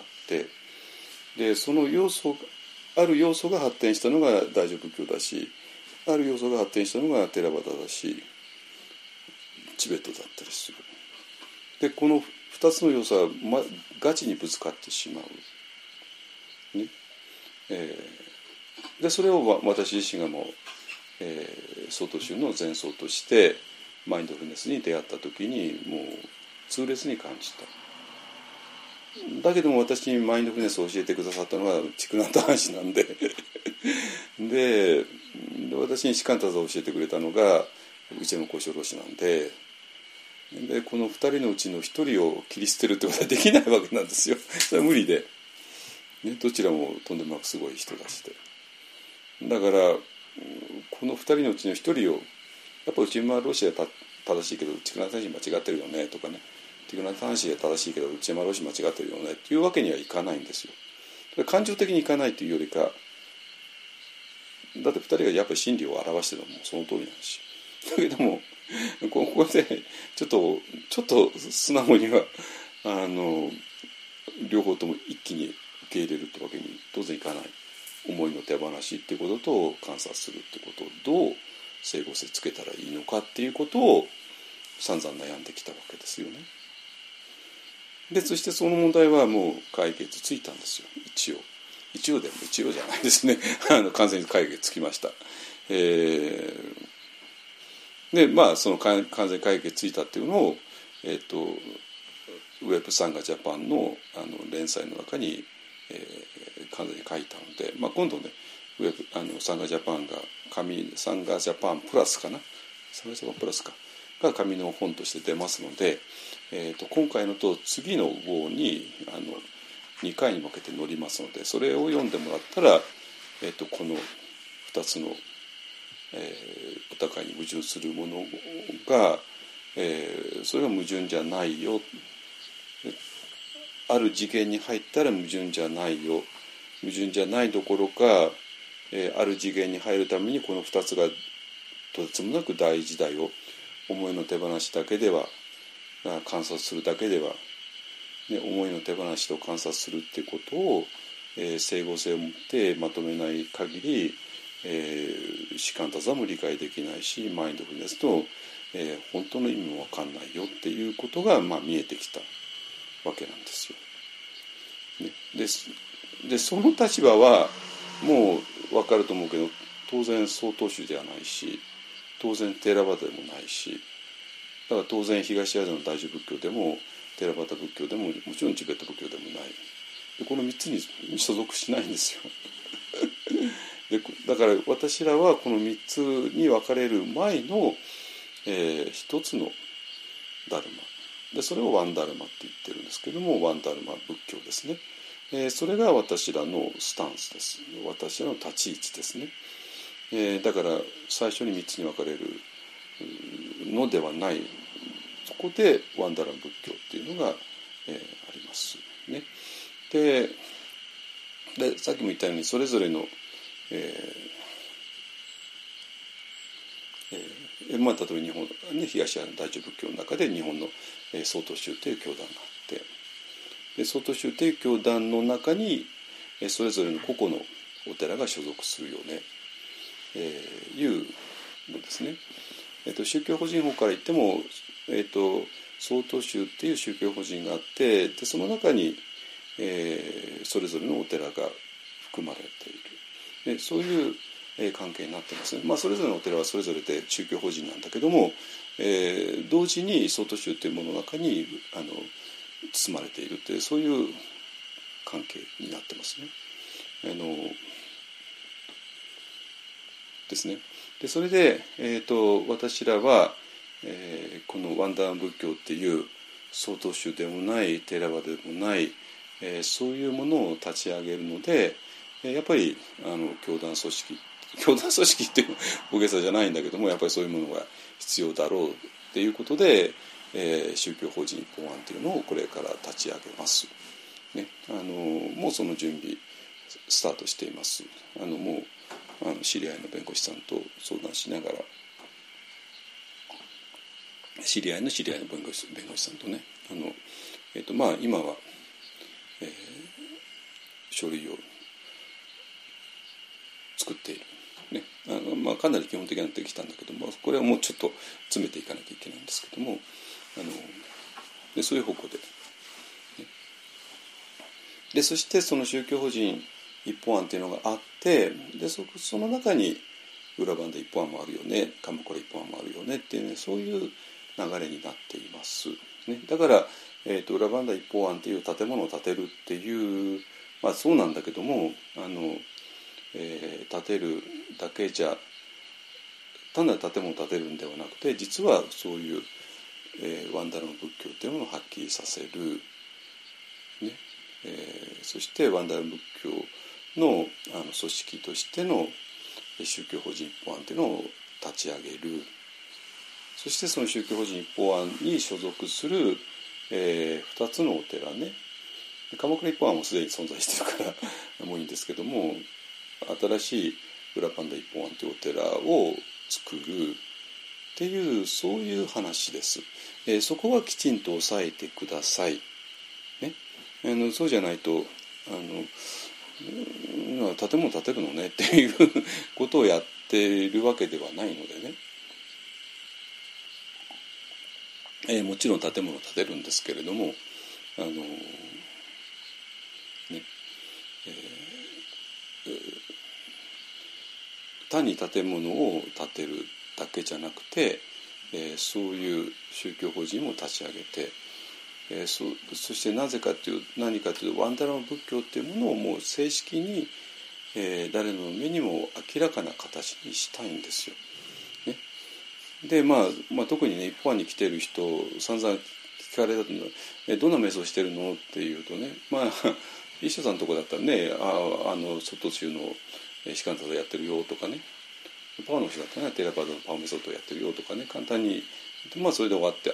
でそのある要素が発展したのが大乗仏教だし、ある要素が発展したのがテラバダだし、チベットだったりする。でこの2つの要素は、ガチにぶつかってしまう、ね。でそれを私自身がもう、 曹洞宗の前奏としてマインドフルネスに出会った時にもう痛烈に感じた。だけども私にマインドフルネスを教えてくださったのはチクナンタハン氏なんでで私にシカンタザを教えてくれたのが内山幸四郎氏なんで、この2人のうちの1人を切り捨てるってことはできないわけなんですよ。それは無理で、ね、どちらもとんでもなくすごい人たちで、だからこの2人のうちの1人をやっぱ内山ロシアは正しいけどチクナンタハン氏間違ってるよねとかね、チクナンタハン氏が正しいけど内山ロシア間違ってるよねっていうわけにはいかないんですよ。感情的にいかないというよりか、だって2人がやっぱり真理を表してるのもその通りなんし、だけどもここでちょっと素直には両方とも一気に受け入れるってわけに当然いかない。思いの手放しっていうことと観察するってことをどう整合性つけたらいいのかっていうことを散々悩んできたわけですよね。でそしてその問題はもう解決ついたんですよ。一応じゃないですね完全に解決つきました。でまあその完全解決ついたっていうのを、ウェブサンガジャパンの連載の中に、完全に書いたので、まあ、今度ねウェブサンガジャパンがサンガジャパンプラスかな、サンガジャパンプラスかが紙の本として出ますので、今回のと次の号に2回に分けて載りますので、それを読んでもらったら、この2つの、お互いに矛盾するものが、それが矛盾じゃないよ、ある次元に入ったら矛盾じゃないよ、矛盾じゃないどころか、ある次元に入るためにこの2つがとてつもなく大事だよ、思いの手放しだけでは観察するだけでは、ね、思いの手放しと観察するっていうことを、整合性を持ってまとめない限り、シカンタザも理解できないし、マインドフルネスと、本当の意味も分かんないよっていうことが、まあ、見えてきたわけなんですよ。ね、でその立場はもう分かると思うけど、当然曹洞宗ではないし、当然テーラバダでもないし、だから当然東アジアの大乗仏教でもテーラバダ仏教でももちろんチベット仏教でもない。でこの3つに所属しないんですよでだから私らはこの3つに分かれる前の、一つのダルマで、それをワンダルマって言ってるんですけども、ワンダルマ仏教ですね。それが私らのスタンスです。私らの立ち位置ですね。だから最初に3つに分かれるのではない、そこでワンダルマ仏教っていうのが、ありますね。でさっきも言ったようにそれぞれの、まあ、例えば日本、ね、東アジアの大乗仏教の中で日本の曹洞宗という教団があって、で曹洞宗という教団の中にそれぞれの個々のお寺が所属するよね、いうのですね。宗教法人法から言っても、曹洞宗っていう宗教法人があって、でその中に、それぞれのお寺が含まれている、でそういう関係になってますね。まあ、それぞれのお寺はそれぞれで宗教法人なんだけども、同時に曹洞宗というものの中に包まれているという、そういう関係になってますね。ですね。でそれで、私らは、このワンダー仏教っていう曹洞宗でもないテーラバでもない、そういうものを立ち上げるので、やっぱり教団組織っていう大げさじゃないんだけども、やっぱりそういうものが必要だろうっていうことで、宗教法人一本案というのをこれから立ち上げます、ね。もうその準備スタートしています。もう知り合いの弁護士さんと相談しながら、知り合いの弁護士さんとね、まあ今は、書類を作っている、ね。まあ、かなり基本的になってきたんだけども、これはもうちょっと詰めていかなきゃいけないんですけども、でそういう方向で、ね。でそしてその宗教法人一本案っていうのがあって、でその中に、 裏磐梯一本案もあるよね、鎌倉一本案もあるよねっていうね、そういう流れになっています、ね、だから、裏磐梯一本案っていう建物を建てるっていう、まあそうなんだけども、建てるだけじゃ単なる建物を建てるんではなくて、実はそういう、ワンダラム仏教っていうものをはっきりさせる、ねそしてワンダラム仏教の、組織としての宗教法人一本案っていうのを立ち上げる。そしてその宗教法人一本案に所属する、2つのお寺ね、鎌倉一本案もすでに存在してるからもういいんですけども、新しい裏磐梯一本案というお寺を作るっていう、そういう話です。そこはきちんと押さえてください、ね、そうじゃないと建物建てるのねっていうことをやっているわけではないのでね、もちろん建物を建てるんですけれども、単に建物を建てるだけじゃなくて、そういう宗教法人を立ち上げて、そして何かというとワンダラム仏教っていうものをもう正式に、誰の目にも明らかな形にしたいんですよ、ね、で、まあ、特にね一般に来てる人散々聞かれたとどんな瞑想してるのっていうとね、まあ一緒さんのとこだったらね、外州の士官ただやってるよとかね、パワの人だったらねテラパードのパワメソッドをやってるよとかね、簡単にまあそれで終わって、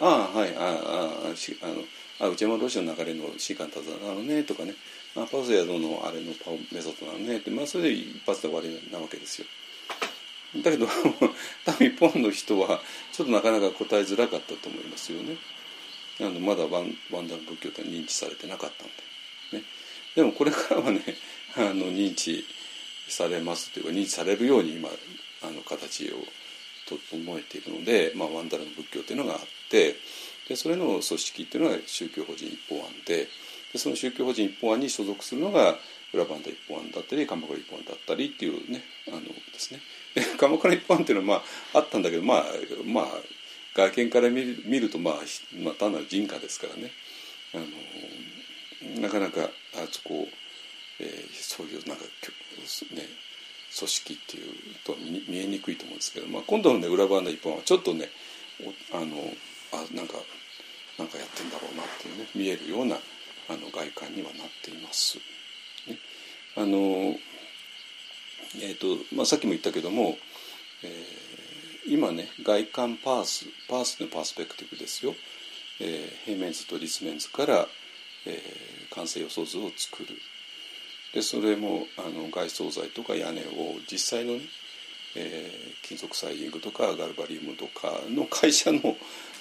内山ロシアの流れの士官ただなのねとかね、パウスヤドのあれのパワメソッドなのねって、まあそれで一発で終わりなわけですよ。だけど多分一方の人はちょっとなかなか答えづらかったと思いますよね。まだワンダム仏教って認知されてなかったんで、ね、でもこれからはね認知されますというか、認知されるように今形を整えているので、ワンダラム仏教というのがあって、でそれの組織というのが宗教法人一本案で、その宗教法人一本案に所属するのが裏磐梯一本案だったり鎌倉一本案だったりっていうね、ですね。で鎌倉一本案っていうのはあったんだけど、外見から見ると単なる人家ですからね、なかなかそこを、そういうなんかね組織っていうと見えにくいと思うんですけど、今度のね裏磐梯一本案はちょっとねなんかやってんだろうなっていうね見えるような外観にはなっています。ね、さっきも言ったけども、今ね外観パースのパースペクティブですよ、平面図と立面図から、完成予想図を作る。でそれも外装材とか屋根を実際のね、金属サイディングとかガルバリウムとかの会社の、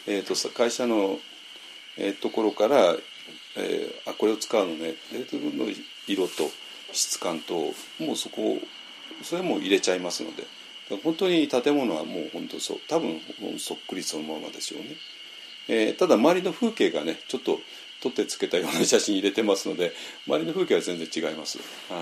ところから、これを使うのね、の色と質感ともうそれも入れちゃいますので、本当に建物はもう本当多分そっくりそのままですよね。ただ周りの風景がねちょっと撮ってつけたような写真入れてますので、周りの風景は全然違います。ち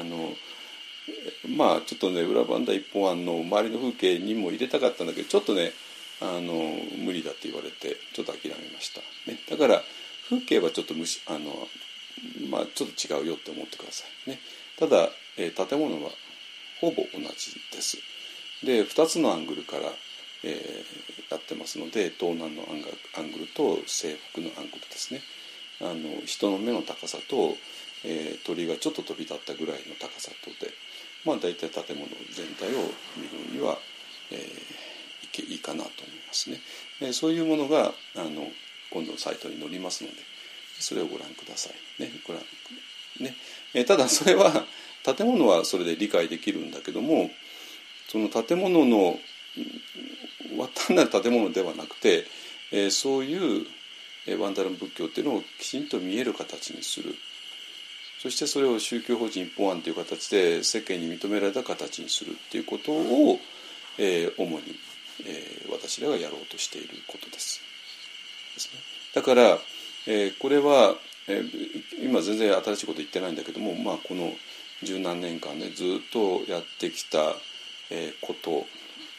ょっとね裏磐梯一本案の周りの風景にも入れたかったんだけど、ちょっとね無理だって言われてちょっと諦めました、ね、だから風景はちょっとちょっと違うよって思ってくださいね。ただ、建物はほぼ同じです。で2つのアングルから、やってますので、東南のアングルと西北のアングルですね。人の目の高さと、鳥がちょっと飛び立ったぐらいの高さとで、大体建物全体を見るには、いいかなと思いますね。そういうものが今度のサイトに載りますので、それをご覧くださいね。ただそれは建物はそれで理解できるんだけども、その建物の単なる建物ではなくて、そういうワンダラム仏教っていうのをきちんと見える形にする。そしてそれを宗教法人一本案という形で世間に認められた形にするっていうことを、主に、私らがやろうとしていることです。だから、これは、今全然新しいこと言ってないんだけども、この十何年間ねずっとやってきた、こと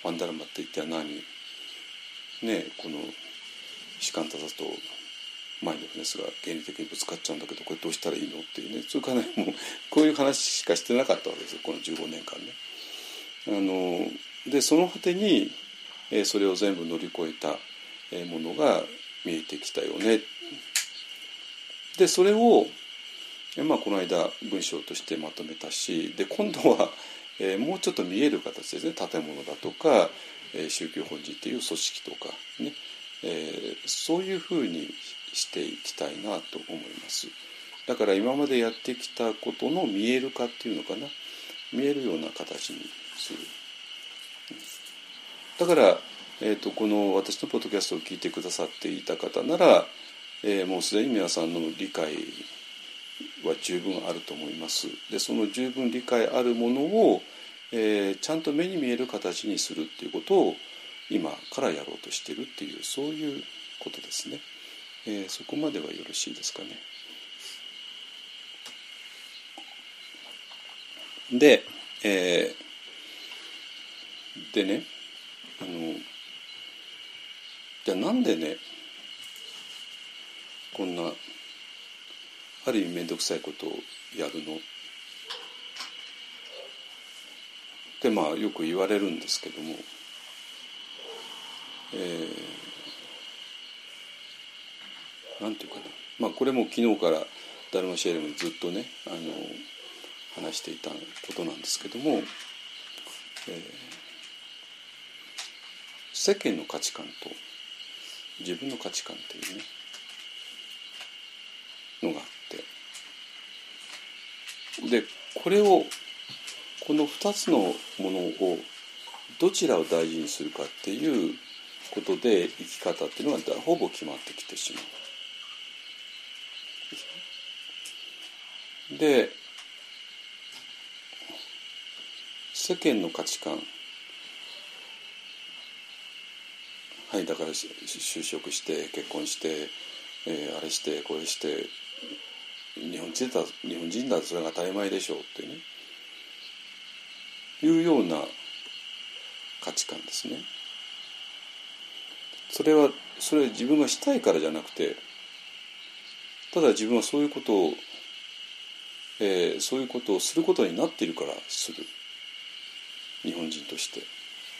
パンダラマって一体何ね、この士官立つとマインドフルネスが原理的にぶつかっちゃうんだけど、これどうしたらいいのっていうね、それからね、もうこういう話しかしてなかったわけですよ、この15年間ね。でその果てに、それを全部乗り越えたものが見えてきたよね。でそれを、この間文章としてまとめたし、で今度は、もうちょっと見える形ですね、建物だとか、宗教法人っていう組織とかね、そういうふうにしていきたいなと思います。だから今までやってきたことの見える化っていうのかな、見えるような形にする。だから、この私のポッドキャストを聞いてくださっていた方なら、もうすでに皆さんの理解は十分あると思います。でその十分理解あるものを、ちゃんと目に見える形にするっていうことを今からやろうとしているっていう、そういうことですね。そこまではよろしいですかね。で、でね、じゃあなんでね、こんなある意味面倒くさいことをやるのってよく言われるんですけども、なんていうかな、これも昨日からダルマシェールもずっとね話していたことなんですけども、世間の価値観と自分の価値観っていうねのがあって、でこの2つのものをどちらを大事にするかっていうことで生き方っていうのがほぼ決まってきてしまう。で世間の価値観、はい、だから就職して結婚して、あれしてこれして日本人だとそれが当たり前でしょうってねいうような価値観ですね。それは自分がしたいからじゃなくて、ただ自分はそういうことをすることになっているからする、日本人として。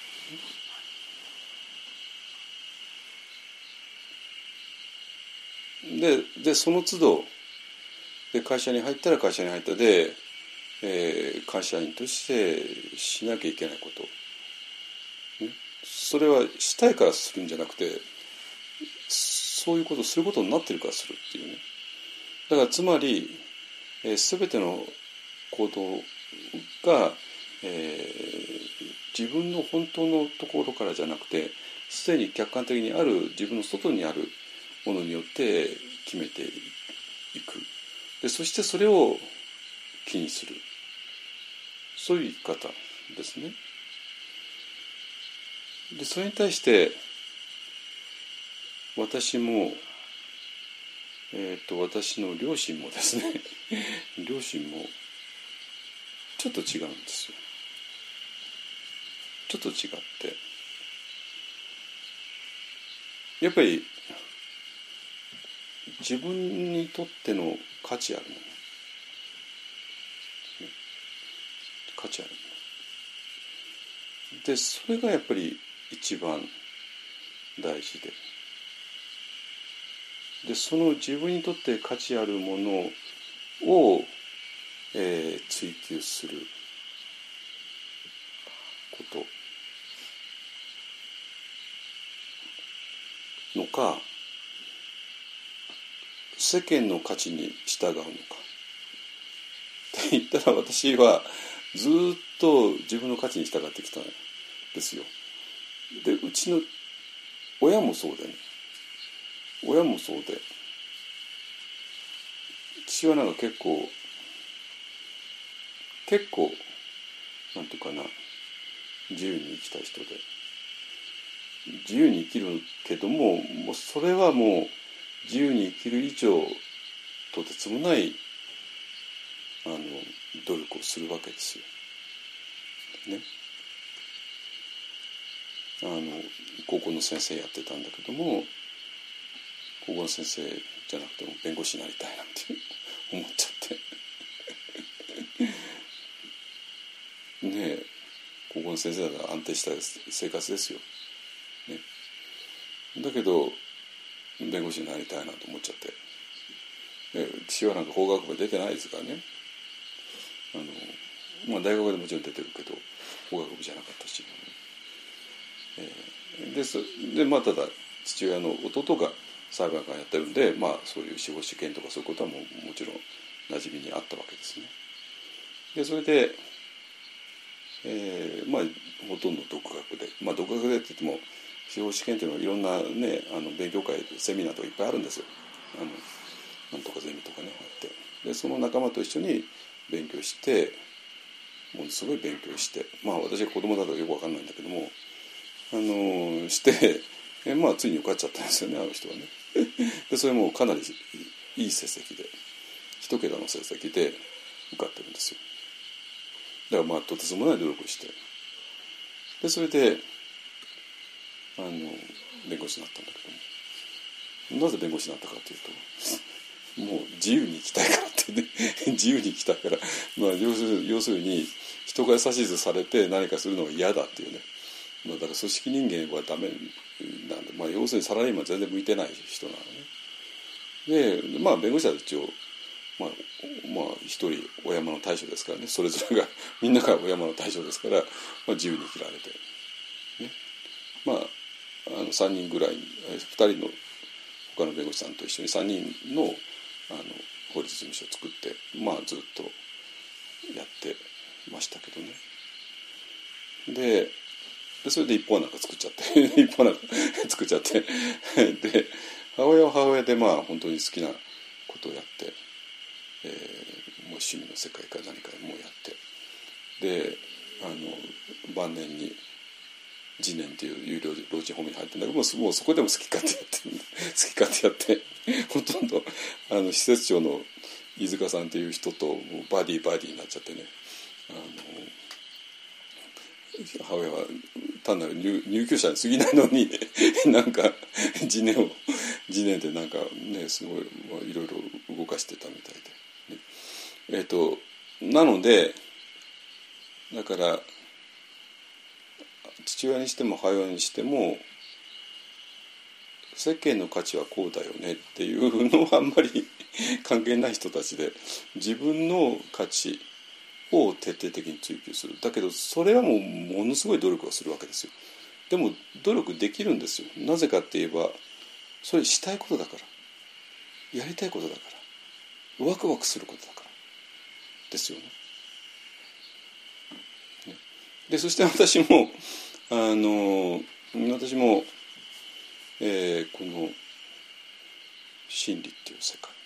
でその都度で会社に入ったら会社に入ったで、会社員としてしなきゃいけないこと、ね、それはしたいからするんじゃなくて、そういうことをすることになってるからするっていうね。だからつまり、全ての行動が、自分の本当のところからじゃなくて、すでに客観的にある自分の外にあるものによって決めていく。でそしてそれを気にする、そういう生き方ですね。でそれに対して私も、私の両親もですね両親もちょっと違うんですよ。ちょっと違って、やっぱり自分にとっての価値あるもの、価値あるもので、それがやっぱり一番大事で、その自分にとって価値あるものを、追求することのか、世間の価値に従うのかって言ったら、私はずっと自分の価値に従ってきたんですよ。でうちの親もそうでね、父はなんか結構なんていうかな、自由に生きた人で、自由に生きるけども、それはもう自由に生きる以上とてつもない努力をするわけですよ。ね。 高校の先生やってたんだけども、高校の先生じゃなくても弁護士になりたいなんて思っちゃってねえ、高校の先生だから安定した生活ですよ、ね、だけど弁護士になりたいなと思っちゃって、父はなんか法学部出てないですからね、大学でもちろん出てるけど法学部じゃなかったし、でまあただ父親の弟が裁判官やってるんで、まあそういう司法試験とかそういうことはもちろん馴染みにあったわけですね。でそれで、まあほとんど独学で、独学でって言っても司法試験っていうのはいろんなね勉強会セミナーとかいっぱいあるんですよ。なんとかゼミとかねあって、でその仲間と一緒に勉強して、ものすごい勉強して、私が子供だとよく分かんないんだけどもして、ついに受かっちゃったんですよね、あの人はね。でそれもかなりいい成績で一桁の成績で受かってるんですよ。だからとてつもない努力をして、でそれで弁護士になったんだけども、なぜ弁護士になったかというと、もう自由に生きたいからってね自由に生きたいから、要するに人が指図されて何かするのが嫌だっていうね、だから組織人間はダメなんで、要するにサラリーマン全然向いてない人なのね。で弁護士は一応一人お山の大将ですからね、それぞれがみんながお山の大将ですから、自由に生きられてね、3人ぐらい2人の他の弁護士さんと一緒に3人の法律事務所を作って、ずっとやってましたけどね。でそれで一方なんか作っちゃってで母親は母親で本当に好きなことをやって、もう趣味の世界か何かもうやって、で晩年に次年っていう有料老人ホームに入ってるんだけど、もうそこでも好き勝手やってほとんど施設長の飯塚さんっていう人ともうバディになっちゃってね、母親は単なる入居者に過ぎないのになんか次年でなんかねすごいいろいろ動かしてたみたいで、なのでだから父親にしても母親にしても世間の価値はこうだよねっていうのはあんまり関係ない人たちで、自分の価値を徹底的に追求する。だけどそれはものすごい努力をするわけですよ。でも努力できるんですよ。なぜかって言えばそれしたいことだから、やりたいことだから、ワクワクすることだからですよね。でそして私もこの真理っていう世界、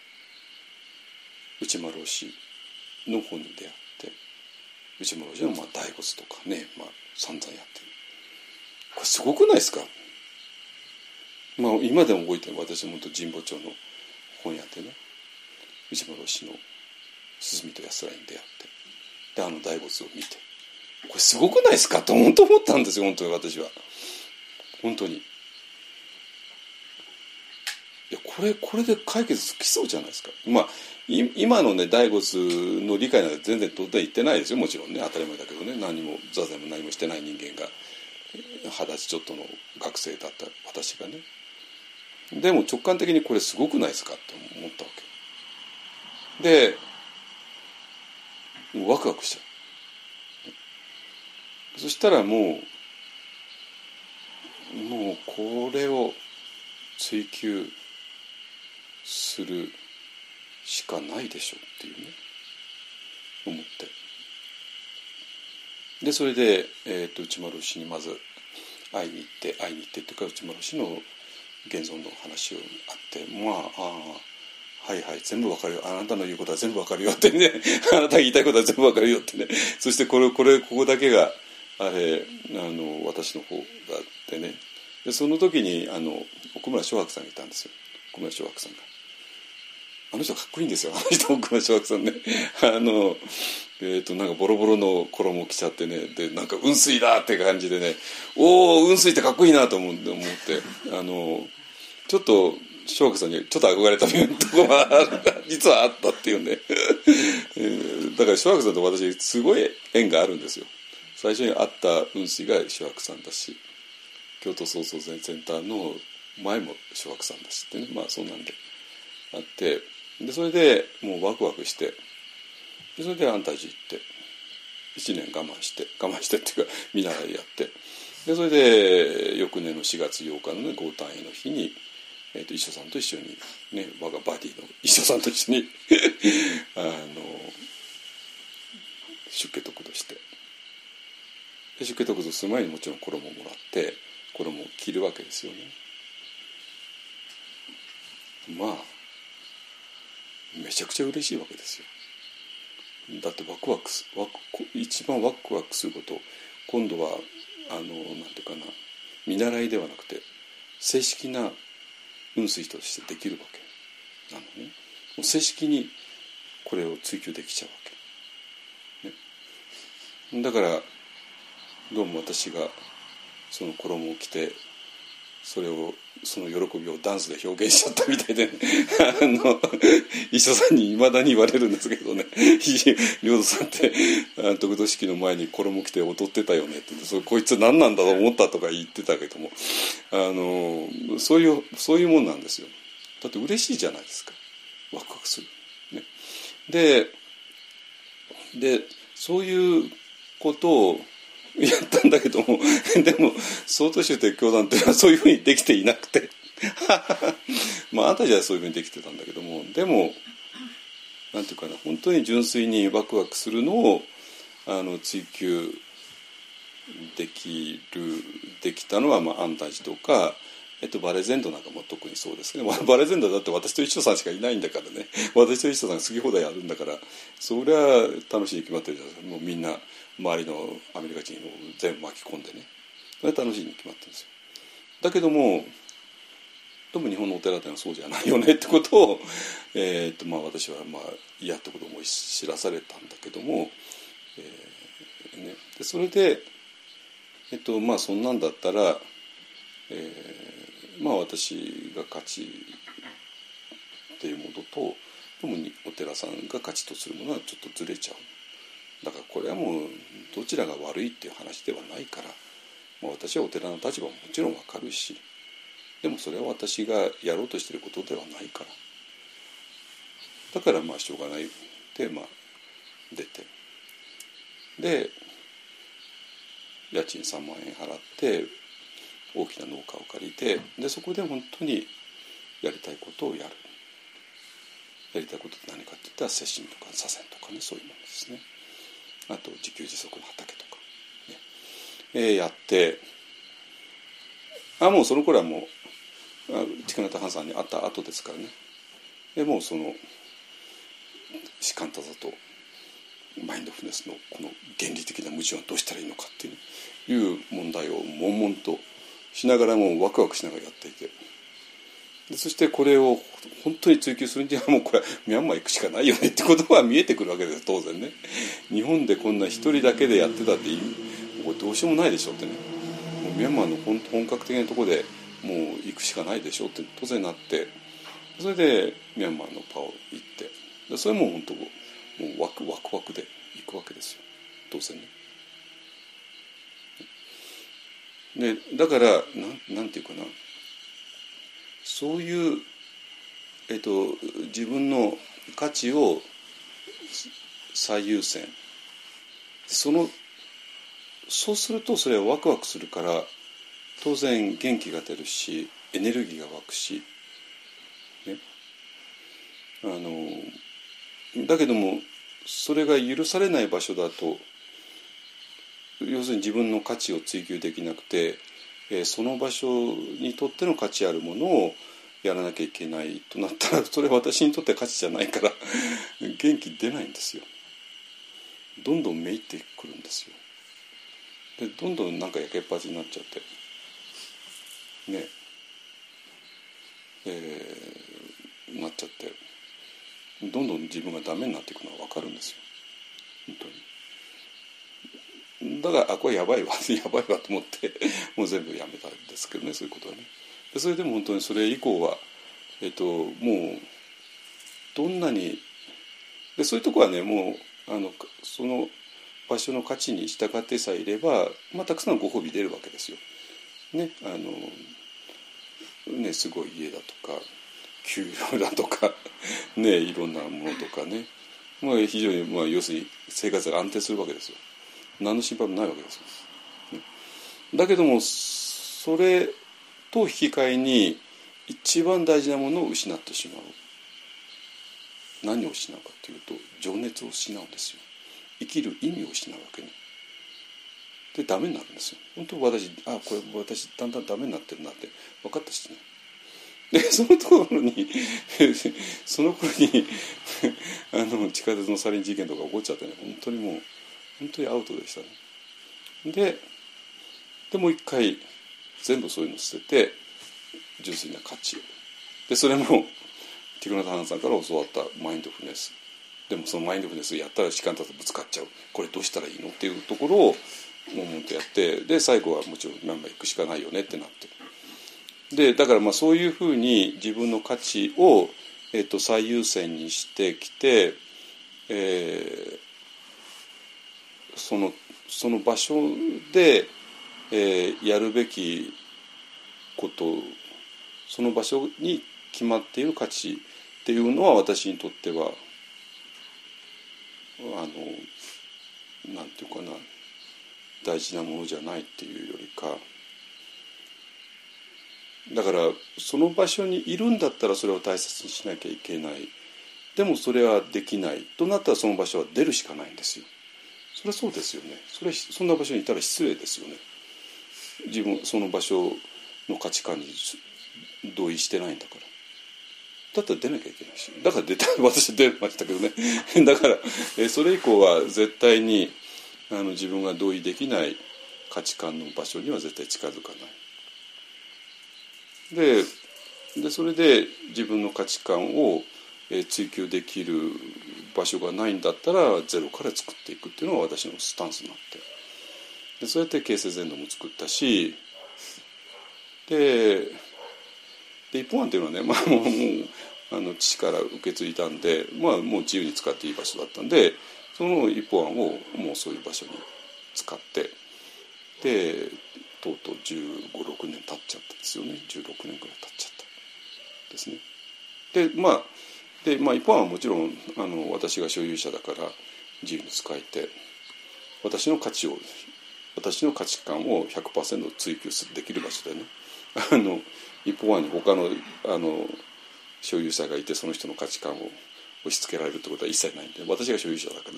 内丸推しの本に出会って、内丸推しの大仏とかね、散々やってる。これすごくないですか。今でも覚えてる。私も神保町の本屋でね、内丸推しの鼓と安らぎに出会って、で大仏を見て、これすごくないですかと本当思ったんですよ。本当に私は本当に、いやこれで解決きそうじゃないですか。今のね大仏の理解なんて全然当然言ってないですよ。もちろんね当たり前だけどね、何も座禅も何もしてない人間が20歳ちょっとの学生だった私がね、でも直感的にこれすごくないですかって思ったわけで、ワクワクしちゃう。そしたらもうこれを追求するしかないでしょっていうね思って、でそれで、内丸氏にまず会いに行ってっていうか、内丸氏の現存の話をあって、はいはい全部わかるよ、あなたの言うことは全部わかるよってねあなたが言いたいことは全部わかるよってね、そしてここだけが私の方があってね、でその時に奥村正白さんがいたんですよ。奥村正白さんがあの人かっこいいんですよ、あの人、僕の小学さんね。なんかボロボロの衣を着ちゃってね、でなんか雲水だって感じでね、おお雲水ってかっこいいなと思ってちょっと小学さんにちょっと憧れたところが実はあったっていうねだから小学さんと私すごい縁があるんですよ。最初に会った雲水が小学さんだし、京都創造禅センターの前も小学さんだしってね、まあそうなんであって、でそれでもうワクワクして、でそれで安泰寺行って1年我慢してっていうか見習いやって、でそれで翌年の4月8日のね豪誕会の日に、一緒さんと一緒にね、我がバディの一緒さんと一緒に出家得度して、で出家得度する前にもちろん衣をもらって衣を着るわけですよね。まあめちゃくちゃ嬉しいわけですよ。だって一番ワクワクすること、今度はなんていうかな、見習いではなくて正式な雲水としてできるわけなのね。もう正式にこれを追求できちゃうわけ、ね、だからどうも私がその衣を着てその喜びをダンスで表現しちゃったみたいで、ね、医者さんにいまだに言われるんですけどね領土さんって得度式の前に衣着て踊ってたよねって、こいつ何なんだと思ったとか言ってたけども、そういうもんなんですよ。だって嬉しいじゃないですか、ワクワクする、ね、でそういうことをやったんだけどもでも曹洞宗という教団っていうのはそういうふうにできていなくてまああんたじゃそういうふうにできてたんだけども、でもなんていうかな、本当に純粋にワクワクするのを追求できたのは、まあ、安泰寺とか、バレゼンドなんかも特にそうですね。バレゼンドだって私と一緒さんしかいないんだからね、私と一緒さんが好き放題やるんだから、それは楽しいに決まってるじゃないですか。もうみんな周りのアメリカ人を全部巻き込んでね、それは楽しいに決まってるんですよ。だけども日本のお寺ってのはそうじゃないよねってことを、まあ、私はまあ嫌ってことを思い知らされたんだけども、ね、でそれで、まあそんなんだったら、まあ私が価値っていうものと共にお寺さんが価値とするものはちょっとずれちゃう。だからこれはもうどちらが悪いっていう話ではないから、まあ、私はお寺の立場ももちろん分かるし、でもそれは私がやろうとしていることではないから、だからまあしょうがないってまあ出て、で家賃3万円払って大きな農家を借りて、でそこで本当にやりたいことをやる。やりたいことって何かって言ったら接心とか左遷とかね、そういうものですね。あと自給自足の畑とか、ね、やって、もうその頃はもう近田半さんに会った後ですからね。でもうその士官多座とマインドフルネスのこの原理的な矛盾はどうしたらいいのかっていう問題を悶々としながらもワクワクしながらやっていて、でそしてこれを本当に追求するにはもうこれはミャンマー行くしかないよねってことが見えてくるわけです当然ね。日本でこんな一人だけでやってたってこれどうしようもないでしょってね、もうミャンマーの本格的なところでもう行くしかないでしょって当然なって、それでミャンマーのパオ行って、でそれも本当もうワクワクで行くわけですよ当然ね。でだからなんていうかな、そういう、自分の価値を最優先、そうするとそれはワクワクするから当然元気が出るしエネルギーが湧くし、ね、だけどもそれが許されない場所だと、要するに自分の価値を追求できなくて、その場所にとっての価値あるものをやらなきゃいけないとなったら、それは私にとって価値じゃないから元気出ないんですよ。どんどんめいってくるんですよ。でどんどんなんかやけっぱちになっちゃってね、なっちゃって、 どんどん自分がダメになっていくのは分かるんですよ本当に。だからこれやばいわやばいわと思ってもう全部やめたんですけどね、そういうことはね。でそれでも本当にそれ以降は、もうどんなにでそういうとこはね、もうその場所の価値に従ってさえいれば、たくさんのご褒美出るわけですよ。ね、すごい家だとか給料だとかね、いろんなものとかね、非常に、要するに生活が安定するわけですよ。何の心配もないわけですよ。ね、だけどもそれと引き換えに一番大事なものを失ってしまう。何を失うかというと情熱を失うんですよ。生きる意味を失うわけね。でダメになるんですよ。本当これ私だんだんダメになってるなって分かったしね。でそのところにその頃に地下鉄のサリン事件とか起こっちゃってね、本当にアウトでしたね。でもう一回全部そういうの捨てて純粋な価値を、でそれもティクナタ・ハンさんから教わったマインドフルネス。でもそのマインドフルネスやったら時間経つとぶつかっちゃう、これどうしたらいいのっていうところをもんとやって、で最後はもちろん行くしかないよねってなって、でだからそういうふうに自分の価値を、最優先にしてきて、その場所で、やるべきこと、その場所に決まっている価値っていうのは私にとってはなんていうかな、大事なものじゃないっていうよりか、だからその場所にいるんだったらそれを大切にしなきゃいけない。でもそれはできないとなったらその場所は出るしかないんですよ。それはそうですよね。そんな場所にいたら失礼ですよね。自分その場所の価値観に同意してないんだから。だったら出なきゃいけないし、だから私は出ましたけどねだからそれ以降は絶対に自分が同意できない価値観の場所には絶対近づかない。でそれで自分の価値観を追求できる場所がないんだったらゼロから作っていくっていうのが私のスタンスになって、でそうやって形成全土も作ったし、で一本案っていうのはね、もう父から受け継いだんで、もう自由に使っていい場所だったんで、その一本案をもうそういう場所に使って、でとうとう15、16年経っちゃったんですよね。16年くらい経っちゃったですね。で一本案はもちろん私が所有者だから自由に使えて、私の価値観を 100% 追求できる場所でね、一方は他の所有者がいてその人の価値観を押し付けられるってことは一切ないんで、私が所有者だ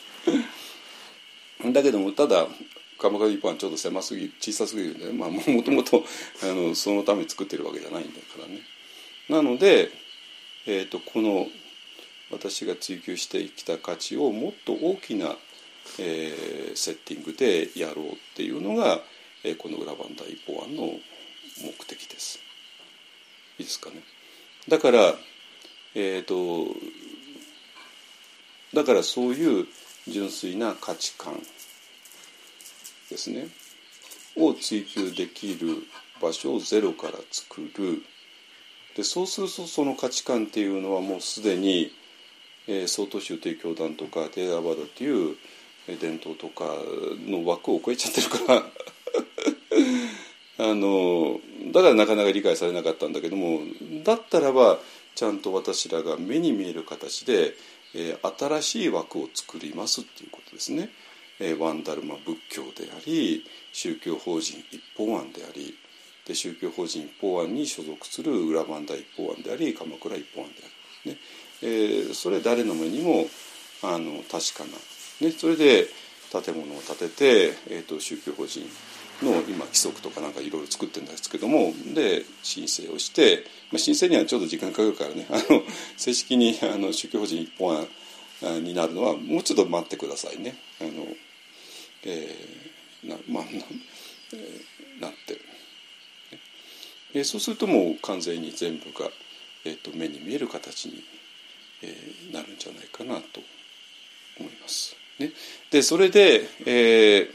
からねだけどもただ鎌倉一本はちょっと小さすぎるんで、もともとそのために作ってるわけじゃないんだからね。なので、この私が追求してきた価値をもっと大きな、セッティングでやろうっていうのが、この裏磐梯一本案の目的です。いいですかね。だからそういう純粋な価値観ですねを追求できる場所をゼロから作る。でそうするとその価値観っていうのはもうすでに、曹洞宗提教団とかテーラーバードっていう伝統とかの枠を超えちゃってるからだからなかなか理解されなかったんだけども、だったらばちゃんと私らが目に見える形で、新しい枠を作りますっていうことですね。ワンダルマ仏教であり、宗教法人一本案であり、で宗教法人一本案に所属する裏磐梯一本案であり、鎌倉一本案である、ね。それ誰の目にも確かな、ね、それで建物を建てて、宗教法人の今規則とかなんかいろいろ作ってるんですけども、で申請をして、申請にはちょっと時間かかるからね、正式に宗教法人一本案になるのはもうちょっと待ってくださいね。なって、そうするともう完全に全部が、目に見える形になるんじゃないかなと思います、ね。でそれで、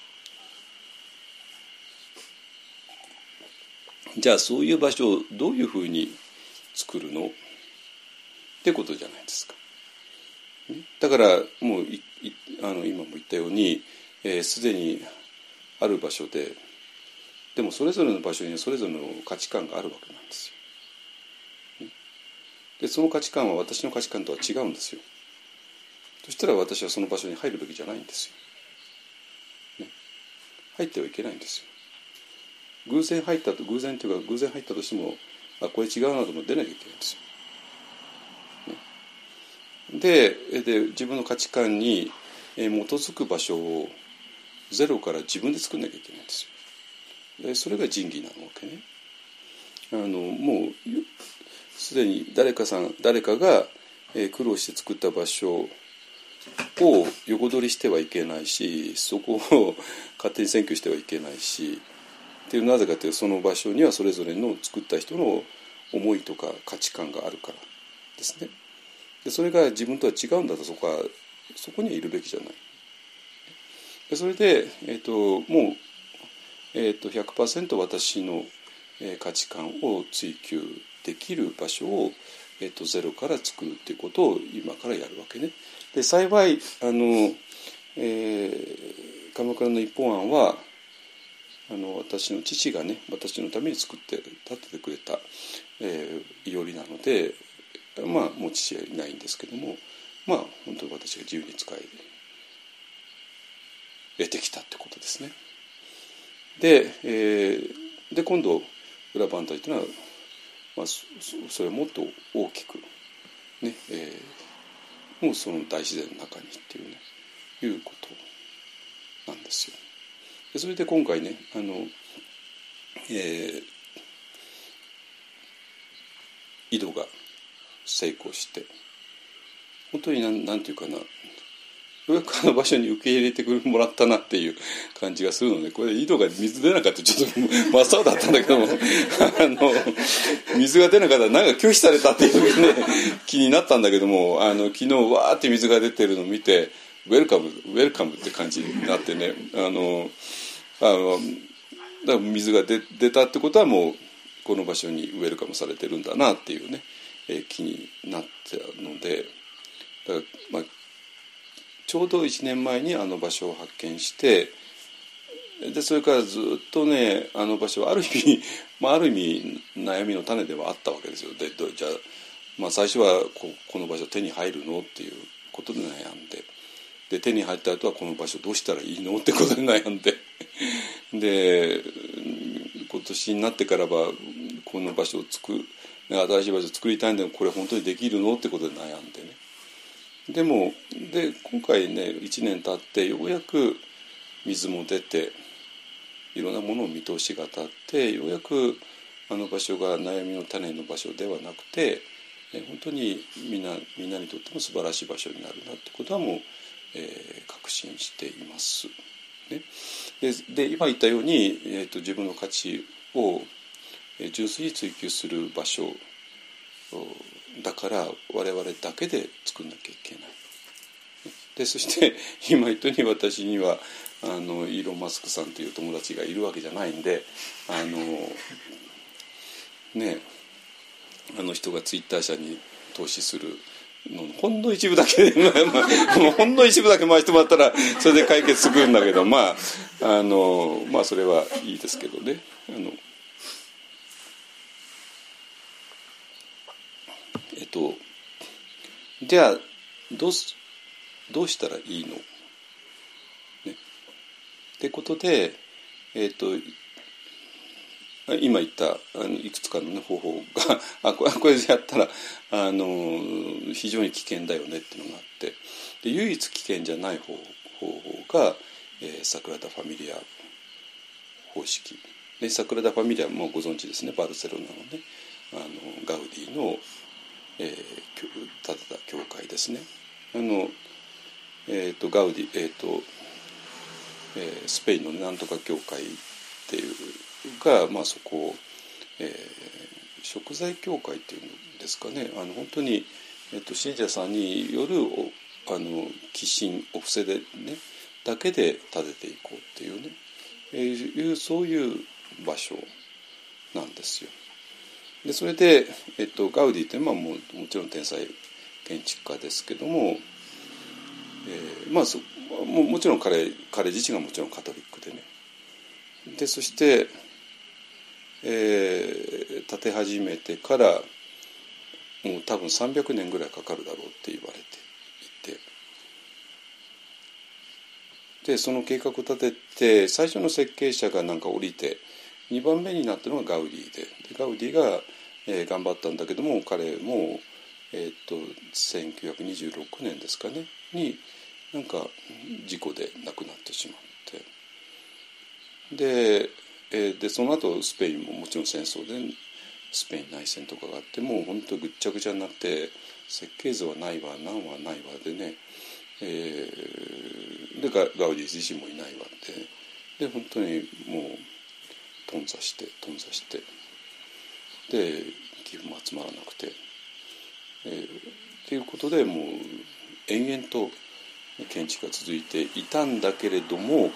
じゃあそういう場所をどういうふうに作るのってことじゃないですか。だからもう今も言ったようにすでにある場所でもそれぞれの場所にはそれぞれの価値観があるわけなんですよ。でその価値観は私の価値観とは違うんですよ。そしたら私はその場所に入るべきじゃないんですよ。入ってはいけないんですよ。偶然入ったとしてもこれ違うなと思って出なきゃいけないんですよ。で自分の価値観に基づく場所をゼロから自分で作んなきゃいけないんですよ。でそれが仁義なわけね。もうすでに誰かが苦労して作った場所を横取りしてはいけないし、そこを勝手に占拠してはいけないしっていう、なぜかというとその場所にはそれぞれの作った人の思いとか価値観があるからですね。でそれが自分とは違うんだとそこにはいるべきじゃない。でそれで、もう、100% 私の価値観を追求できる場所を、ゼロから作るっていうことを今からやるわけね。で幸い鎌倉の一本案は私の父がね、私のために作って建ててくれた、いおりなので、もう父はいないんですけども、本当に私が自由に使い得てきたってことですね。で今度裏磐梯というのは、それをもっと大きくね、もうその大自然の中にっていうねいうことなんですよ。でそれで今回ね井戸が成功して本当になんていうかな、ようやくあの場所に受け入れてもらったなっていう感じがするので、これ井戸が水出なかったらちょっと真っ青だったんだけども水が出なかったらなんか拒否されたっていうね気になったんだけども、昨日わーって水が出てるのを見てウェルカムって感じになってね、だから水が出たってことはもうこの場所にウェルカムされてるんだなっていうね、気になったので、だからちょうど1年前にあの場所を発見して、でそれからずっとねあの場所はある意味悩みの種ではあったわけですよ。でじゃあ、最初はこの場所手に入るのっていうことで悩んで、手に入った後はこの場所どうしたらいいのってことで悩んでで今年になってからはこの場所を新しい場所を作りたいんだけどこれ本当にできるのってことで悩んでね。で今回ね1年経ってようやく水も出ていろんなものを見通しが立ってようやくあの場所が悩みの種の場所ではなくて本当にみんなにとっても素晴らしい場所になるなってことはもう、確信しています、ね。で今言ったように、自分の価値を純粋に追求する場所だから我々だけで作んなきゃいけない。でそして今言ったように私にはイーロン・マスクさんという友達がいるわけじゃないんであの人がツイッター社に投資するのほんの一部だけほんの一部だけ回してもらったらそれで解決するんだけどそれはいいですけどね。じゃあどうしたらいいの、ね、ってことで、今言ったいくつかの、ね、方法がこれでやったら非常に危険だよねっていうのがあって、で唯一危険じゃない方法が、サグラダ・ファミリア方式で、サグラダ・ファミリアもご存知ですね。バルセロナのねガウディの建てた教会ですね。ガウディ、スペインのなんとか教会っていうが、そこを、食材教会っていうんですかね。本当に信者さんによる寄進お布施でねだけで立てていこうっていうね、そういう場所なんですよ。でそれで、ガウディってもちろん天才建築家ですけども、もちろん彼自身がもちろんカトリックでね、でそして、建て始めてからもう多分300年ぐらいかかるだろうって言われていて、でその計画を立てて最初の設計者がなんか降りて2番目になったのがガウディでガウディが、頑張ったんだけども彼も、1926年ですかねになんか事故で亡くなってしまって、でその後スペインももちろん戦争でスペイン内戦とかがあってもう本当ぐっちゃぐちゃになって設計図はないわ何はないわでね、でガウディ自身もいないわで本当にもう頓挫してで寄付も集まらなくて、っていうことでもう延々と建築が続いていたんだけれども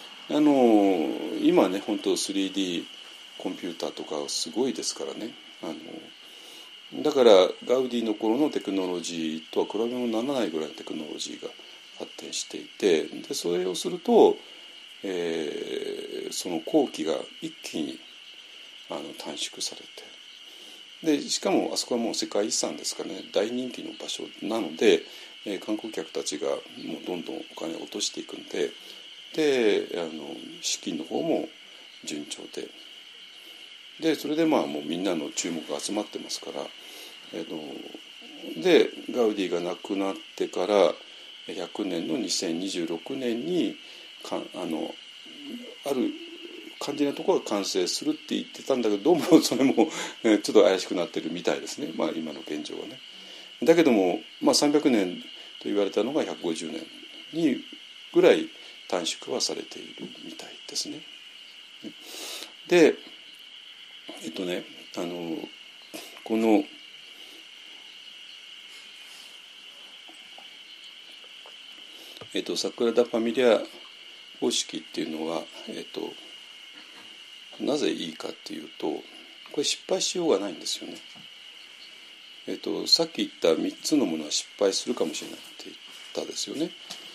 今ね本当 3D コンピューターとかすごいですからねだからガウディの頃のテクノロジーとは比べ物にならないぐらいのテクノロジーが発展していてでそれをすると、その工期が一気に短縮されてでしかもあそこはもう世界遺産ですからね大人気の場所なので、観光客たちがもうどんどんお金を落としていくんで資金の方も順調でそれでもうみんなの注目が集まってますから、でガウディが亡くなってから100年の2026年にある肝心なところが完成するって言ってたんだけどどうもそれもちょっと怪しくなってるみたいですね、今の現状はね。だけども、300年と言われたのが150年にぐらい短縮はされているみたいですね。でこのサグラダ・ファミリア方式っていうのは、なぜいいかっていうとこれ失敗しようがないんですよね。さっき言った3つのものは失敗するかもしれないって言ったですよね。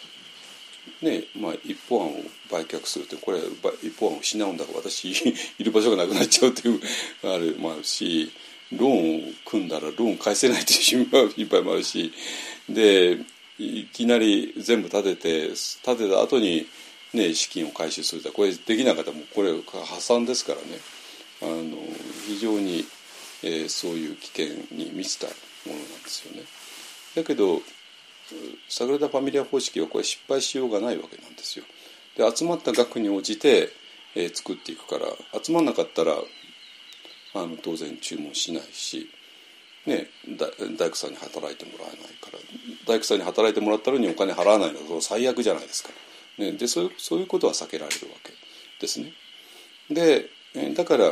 一方案を売却するってこれ一方案を失うんだから私いる場所がなくなっちゃうっていうあるもあるしローンを組んだらローン返せないっていう心配はいっぱいもあるしでいきなり全部建てた後に、資金を回収するってこれできなかったらもうこれ破産ですからね非常に、そういう危険に満ちたものなんですよね。だけどサグラダ・ファミリア方式はこれ失敗しようがないわけなんですよ。で集まった額に応じて、作っていくから集まんなかったら当然注文しないし、大工さんに働いてもらえないから大工さんに働いてもらったのにお金払わないのは最悪じゃないですか、でそういうことは避けられるわけですね。でだから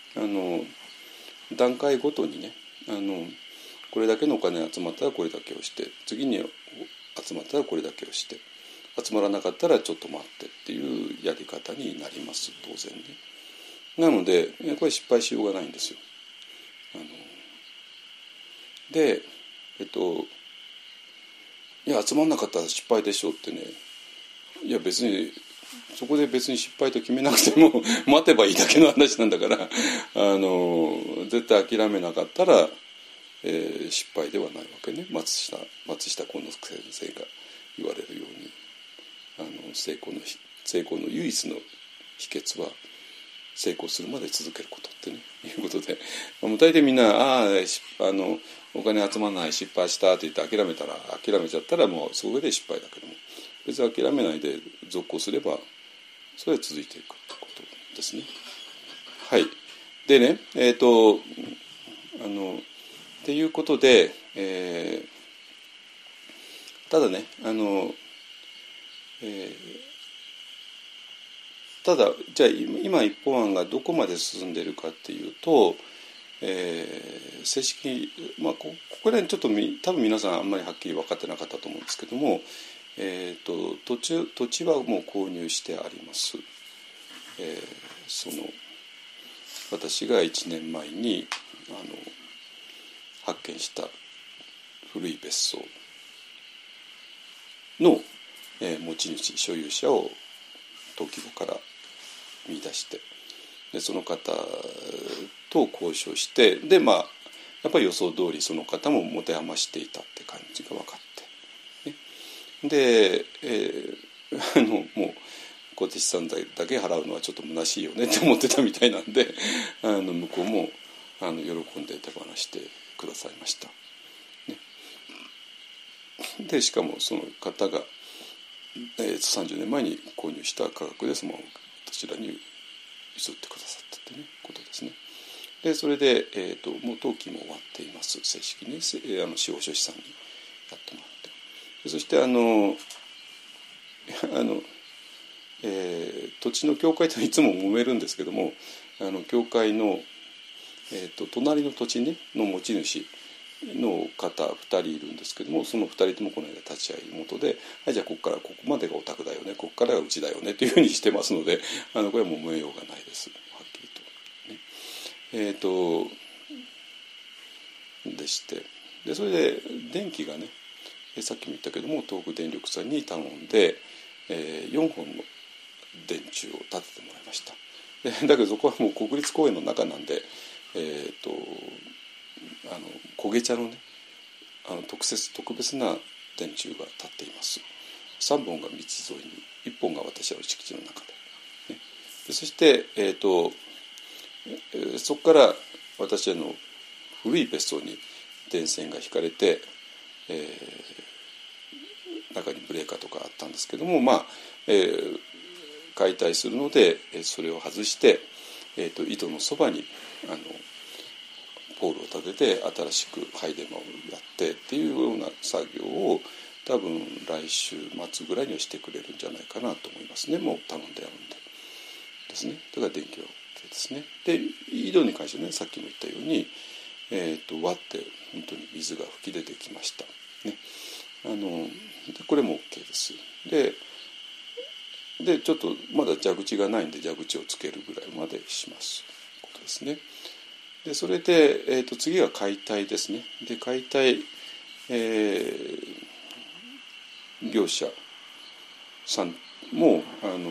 段階ごとにねこれだけのお金が集まったらこれだけをして次に集まったらこれだけをして集まらなかったらちょっと待ってっていうやり方になります当然ね。なのでこれ失敗しようがないんですよ。でいや集まんなかったら失敗でしょうってねいや別にそこで別に失敗と決めなくても待てばいいだけの話なんだから絶対諦めなかったら失敗ではないわけね。松下幸之助先生が言われるように成功の唯一の秘訣は成功するまで続けることってねいうことで大体みんなお金集まらない失敗したって言って諦めちゃったらもうそれで失敗だけども別に諦めないで続行すればそれは続いていくってことですね。はいでねっていうことで、ただねただじゃあ今一方案がどこまで進んでいるかっていうと、 正式、ここら辺ちょっと多分皆さんあんまりはっきり分かってなかったと思うんですけども、土地はもう購入してあります。その私が1年前に発見した古い別荘の、持ち主所有者を登記簿から見出して、でその方と交渉して、でやっぱり予想通りその方も持て余していたって感じが分かって、ね、で、もう固定資産だけ払うのはちょっと虚しいよねって思ってたみたいなんで向こうも喜んで手放してくださいました、ね、でしかもその方が、30年前に購入した価格でその私らに譲ってくださったってねことですね。でそれで、もう登記も終わっています。正式に司法書士さんにやってもらって、でそして土地の境界といつも揉めるんですけども、境界の、隣の土地、ね、の持ち主の方2人いるんですけども、その2人ともこの間立ち会い元で、はい、じゃあここからここまでがお宅だよね、ここからがうちだよねというふうにしてますので、これはもう揉めようがないです、はっきりと、でして、でそれで電気がね、さっきも言ったけども東北電力さんに頼んで、4本の電柱を立ててもらいました。だけどそこはもう国立公園の中なんで、焦げ茶のね特別な電柱が立っています。3本が道沿いに、1本が私らの敷地の中で、ね、でそして、そこから私らの古い別荘に電線が引かれて、中にブレーカーとかあったんですけども、解体するのでそれを外して、井戸のそばにポールを立てて新しく配電をやってっていうような作業を多分来週末ぐらいにはしてくれるんじゃないかなと思いますね。もう頼んであるんでですね。だから電気をですね。で井戸に関してね、さっきも言ったように、割って本当に水が噴き出てきましたね。でこれも OK です。でちょっとまだ蛇口がないんで蛇口をつけるぐらいまでしますことですね。でそれで、次は解体ですね。で解体、業者さんも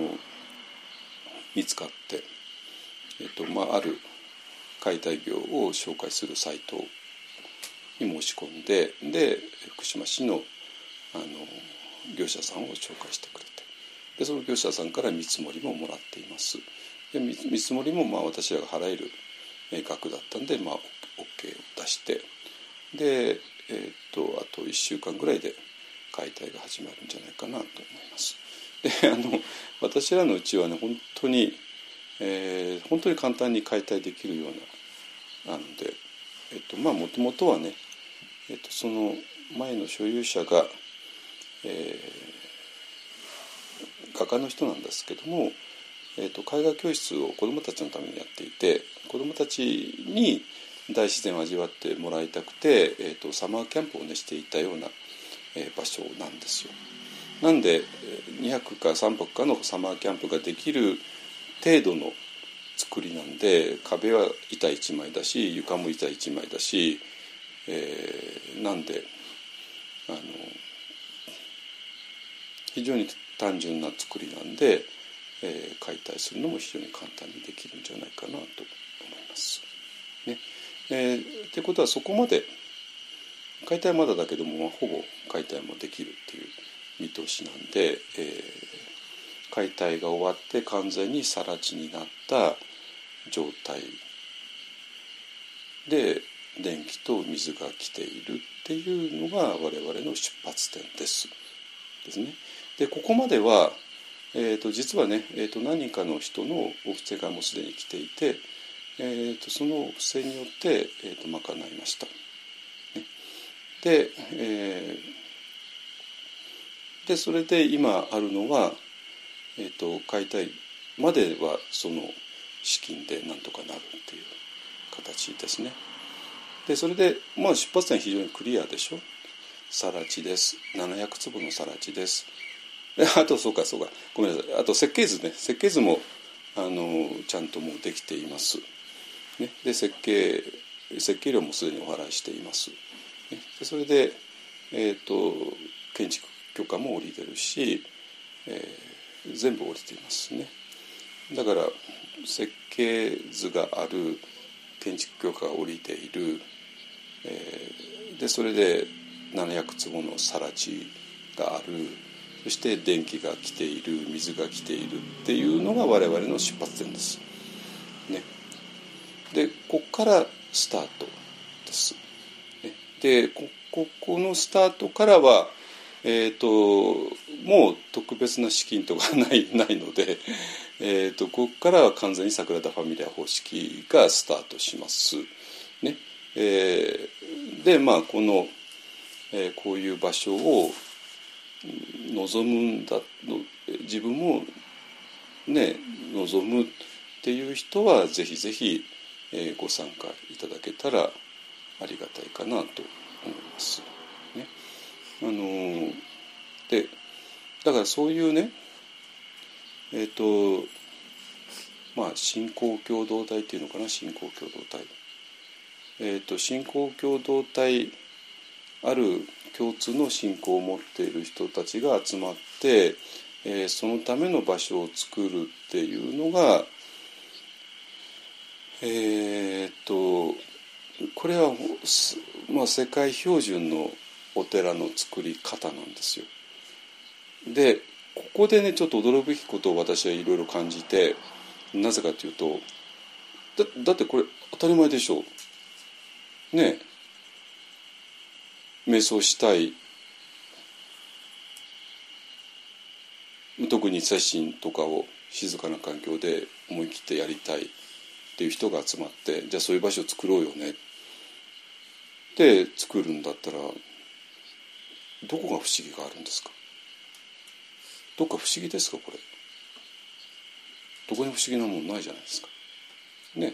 見つかって、ある解体業を紹介するサイトに申し込んで、で福島市の業者さんを紹介してくれて、でその業者さんから見積もりももらっています。で見積もりも私らが払える額だったんで、OK を出して、で、あと1週間ぐらいで解体が始まるんじゃないかなと思います。で私らのうちはね本当に簡単に解体できるようなので、もともとはね、その前の所有者が、画家の人なんですけども、絵画教室を子どもたちのためにやっていて、子どもたちに大自然を味わってもらいたくて、サマーキャンプをねしていたような、場所なんですよ。なんで2泊か3泊かのサマーキャンプができる程度の作りなんで、壁は板1枚だし床も板1枚だし、なんで非常に単純な作りなんで、解体するのも非常に簡単にできるんじゃないかなと思います。ね。ってことはそこまで解体はまだだけども、ほぼ解体もできるっていう見通しなんで、解体が終わって完全に更地になった状態で電気と水が来ているっていうのが我々の出発点ですね。でここまでは、実はね、何人かの人のお布施がもうすでに来ていて、そのお布施によって、賄いました。ね、でそれで今あるのは、解体まではその資金でなんとかなるっていう形ですね。でそれで、出発点非常にクリアでしょ。更地です、700坪の更地です。あとそうかごめんなさい、あと設計図ね、設計図もちゃんともうできています、ね、で設計料もすでにお払いしています、ね、でそれで、建築許可も下りてるし、全部下りていますね。だから設計図がある、建築許可が下りている、でそれで700坪の更地がある、そして電気が来ている、水が来ているっていうのが我々の出発点です、ね、でここからスタートです、ね、でこのスタートからは、もう特別な資金とかないので、ここからは完全にサグラダ・ファミリア方式がスタートします、ね。でこの、こういう場所を望むんだ、自分もね望むっていう人はぜひぜひ、ご参加いただけたらありがたいかなと思います、ね。でだからそういうね信仰共同体っていうのかな、信仰共同体、信仰共同体、ある共通の信仰を持っている人たちが集まって、そのための場所を作るっていうのが、これは、世界標準のお寺の作り方なんですよ。でここでねちょっと驚くべきことを私はいろいろ感じて、なぜかというと だってこれ当たり前でしょうね。瞑想したい、特に精神とかを静かな環境で思い切ってやりたいっていう人が集まって、じゃあそういう場所を作ろうよねって作るんだったら、どこが不思議があるんですか。どっか不思議ですか。これどこに不思議なもんないじゃないですかね。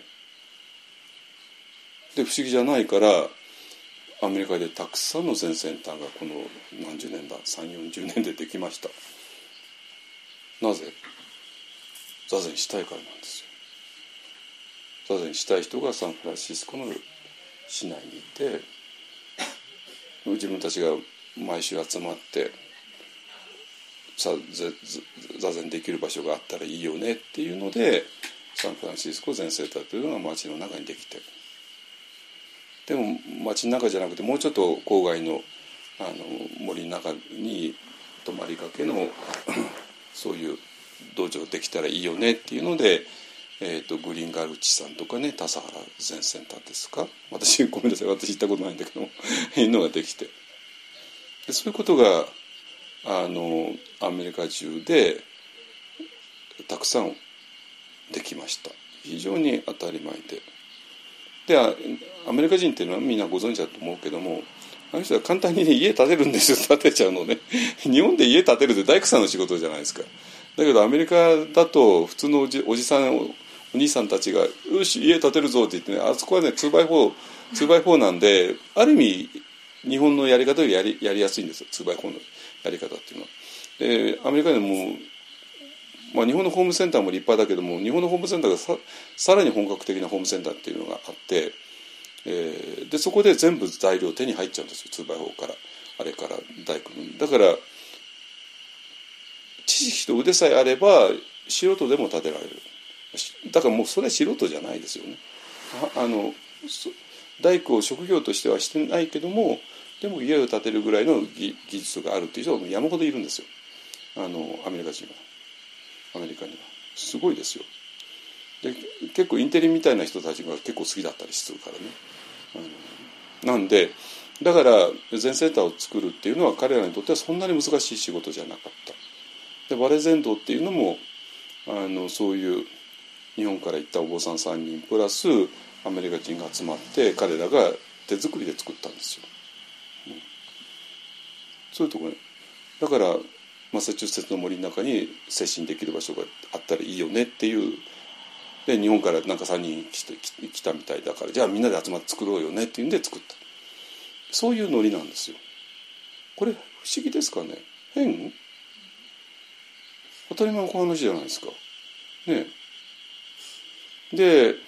で不思議じゃないからアメリカでたくさんの全センターがこの何十年だ、3、40年でできました。なぜ？座禅したいからなんですよ。座禅したい人がサンフランシスコの市内にいて、自分たちが毎週集まって座禅できる場所があったらいいよねっていうので、サンフランシスコ禅センターというのが街の中にできて、でも街の中じゃなくてもうちょっと郊外の森の中に泊まりかけのそういう道場できたらいいよねっていうので、グリーンガルチさんとかね、笹原禅センターですか、私ごめんなさい、私行ったことないんだけどもいうのができて、でそういうことがアメリカ中でたくさんできました。非常に当たり前で、アメリカ人っていうのはみんなご存知だと思うけども、あの人は簡単に、ね、家建てるんですよ。建てちゃうのね。日本で家建てるって大工さんの仕事じゃないですか。だけどアメリカだと普通のおじさんお兄さんたちがよし家建てるぞって言ってね、あそこはね 2x4 なんで、ある意味日本のやり方よりやりやすいんですよ、 2x4 のやり方っていうのは。でアメリカでも、日本のホームセンターも立派だけども、日本のホームセンターがさらに本格的なホームセンターっていうのがあって、でそこで全部材料手に入っちゃうんですよ、 2x4 からあれから大工の。だから知識と腕さえあれば素人でも建てられる。だからもうそれは素人じゃないですよね。大工を職業としてはしてないけども、でも家を建てるぐらいの技術があるっていう人が山ほどいるんですよ、アメリカ人は。アメリカにはすごいですよ。で結構インテリみたいな人たちが結構好きだったりするからね。なんでだから禅センターを作るっていうのは彼らにとってはそんなに難しい仕事じゃなかった。でバレ禅道っていうのもそういう日本から行ったお坊さん3人プラスアメリカ人が集まって彼らが手作りで作ったんですよ、そういうところね。だからマサチューセッツの森の中に精神できる場所があったらいいよねっていうで日本からなんか3人来たみたいだから、じゃあみんなで集まって作ろうよねっていうんで作った。そういうノリなんですよ。これ不思議ですかね。変？当たり前の話じゃないですかね。で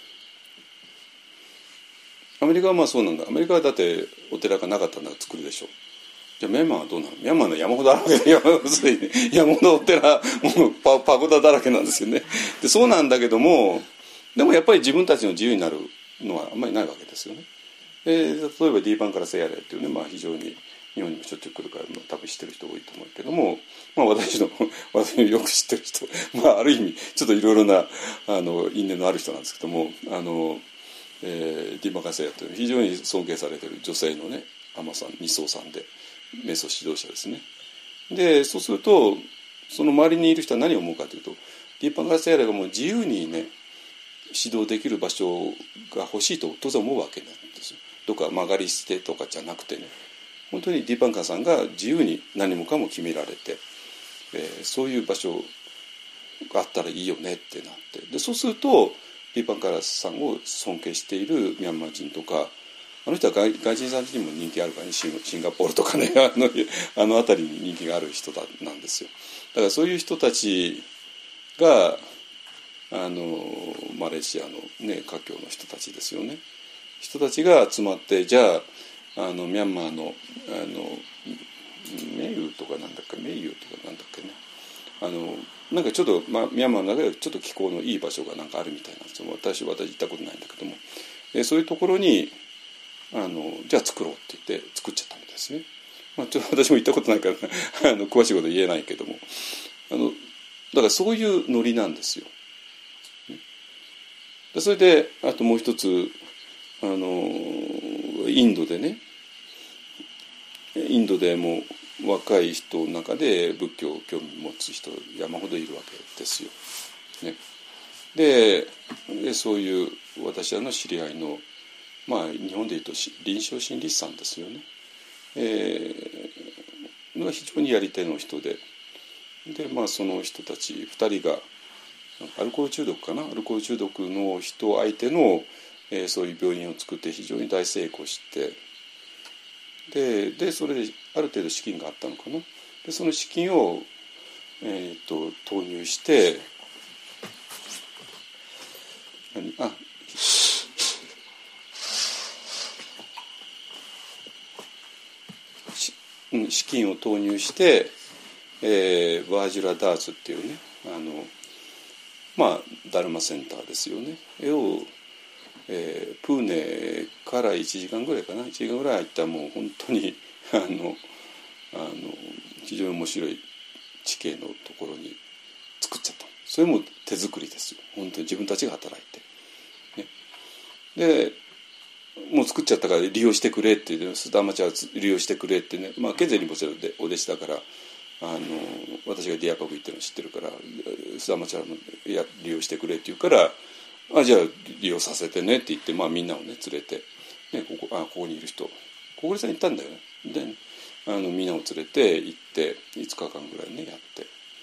アメリカはまあそうなんだ。アメリカはだってお寺がなかったんだから作るでしょ。じゃあミャンマーはどうなの？ミャンマーの山ほどあるわけで、山ほどお寺もうパゴダだらけなんですよね。でそうなんだけども、でもやっぱり自分たちの自由になるのはあんまりないわけですよね。例えばディーパンからセアレっていうね、まあ、非常に日本にもしょっちゅう来るから、多分知ってる人多いと思うけども、まあ、私のよく知ってる人、まあ、ある意味ちょっといろいろな因縁のある人なんですけども、ディーパンからセアレという非常に尊敬されている女性のね、アマさん、二層さんで瞑想指導者ですね。でそうするとその周りにいる人は何を思うかというと、ディーパンからセアレがもう自由にね指導できる場所が欲しいと当然思うわけなんですよ。どっか曲がり捨てとかじゃなくてね、本当にディーパンカーさんが自由に何もかも決められて、そういう場所があったらいいよねってなって、でそうするとディーパンカーさんを尊敬しているミャンマー人とか、あの人は外人さんにも人気あるからね、シンガポールとかね、あの辺りに人気がある人なんですよ。だからそういう人たちがマレーシアのね華僑の人たちですよね。人たちが集まって、じゃあミャンマーのメイユとかなんだっけ、メイユとかなんだっけね、なんかちょっと、ミャンマーの中でちょっと気候のいい場所がなんかあるみたいなんですよ。私行ったことないんだけども、そういうところにじゃあ作ろうって言って作っちゃったみたいですね。まあ、ちょっと私も行ったことないから詳しいこと言えないけども、だからそういうノリなんですよ。それであともう一つインドでね、インドでも若い人の中で仏教を興味持つ人山ほどいるわけですよ。ね、でそういう私らの知り合いの、まあ日本でいうと臨床心理士さんですよね。が非常にやり手の人で、まあその人たち2人がアルコール中毒かな、アルコール中毒の人相手の、そういう病院を作って非常に大成功して、でそれである程度資金があったのかな。でその資金を、投入して資金を投入して、ワージュラダーズっていうねまあダルマセンターですよねを、プーネから1時間ぐらいかな、1時間ぐらい入ったらもう本当に非常に面白い地形のところに作っちゃった。それも手作りですよ。本当に自分たちが働いて、ね、でもう作っちゃったから利用してくれって須田町は利用してくれってね、まあケンゼリもそれでお弟子だから私がディアパブ行ってるの知ってるから須田町は利用してくれって言うからじゃあ利用させてねって言って、まあ、みんなをね連れて、ね、ここにいる人小暮さん行ったんだよね。でみんなを連れて行って5日間ぐらいねやって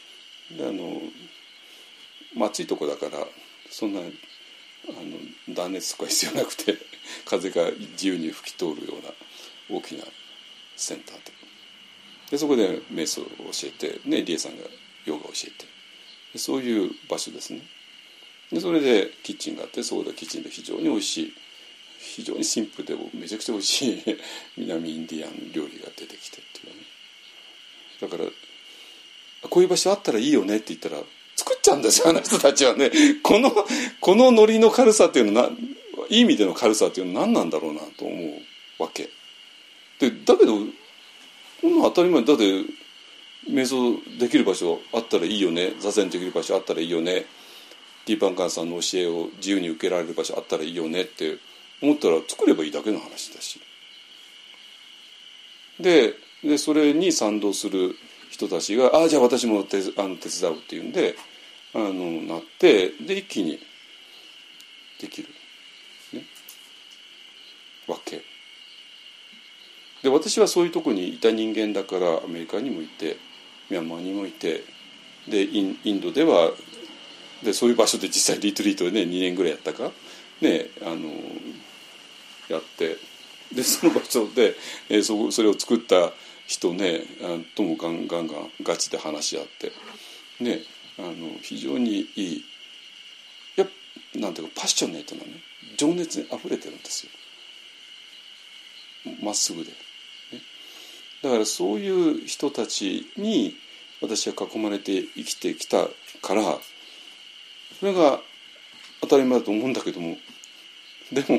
で暑いとこだからそんな断熱とか必要なくて風が自由に吹き通るような大きなセンターでそこで瞑想を教えて、ね、リエさんがヨガを教えて、そういう場所ですね。でそれでキッチンがあって、そこでキッチンで非常においしい、非常にシンプルでめちゃくちゃおいしい南インディアン料理が出てきてっていうね。だからこういう場所あったらいいよねって言ったら作っちゃうんですよ、あの人たちはね。このノリの軽さっていうのはいい意味での軽さっていうのは何なんだろうなと思うわけで、だけど当たり前だって瞑想できる場所あったらいいよね、座禅できる場所あったらいいよね、ディーパンカーさんの教えを自由に受けられる場所あったらいいよねって思ったら作ればいいだけの話だし、でそれに賛同する人たちがじゃあ私も手伝うっていうんでなって、で一気にできる、ね、わけで、私はそういうとこにいた人間だからアメリカにもいてミャンマーにもいて、でインドではでそういう場所で実際リトリートでね2年ぐらいやったかねやって、でその場所で、それを作った人ねともガンガチで話し合ってね、非常にいいなんていうかパッショネートなね情熱にあふれてるんですよ、まっすぐで、ね、だからそういう人たちに私は囲まれて生きてきたからそれが当たり前だと思うんだけども、でも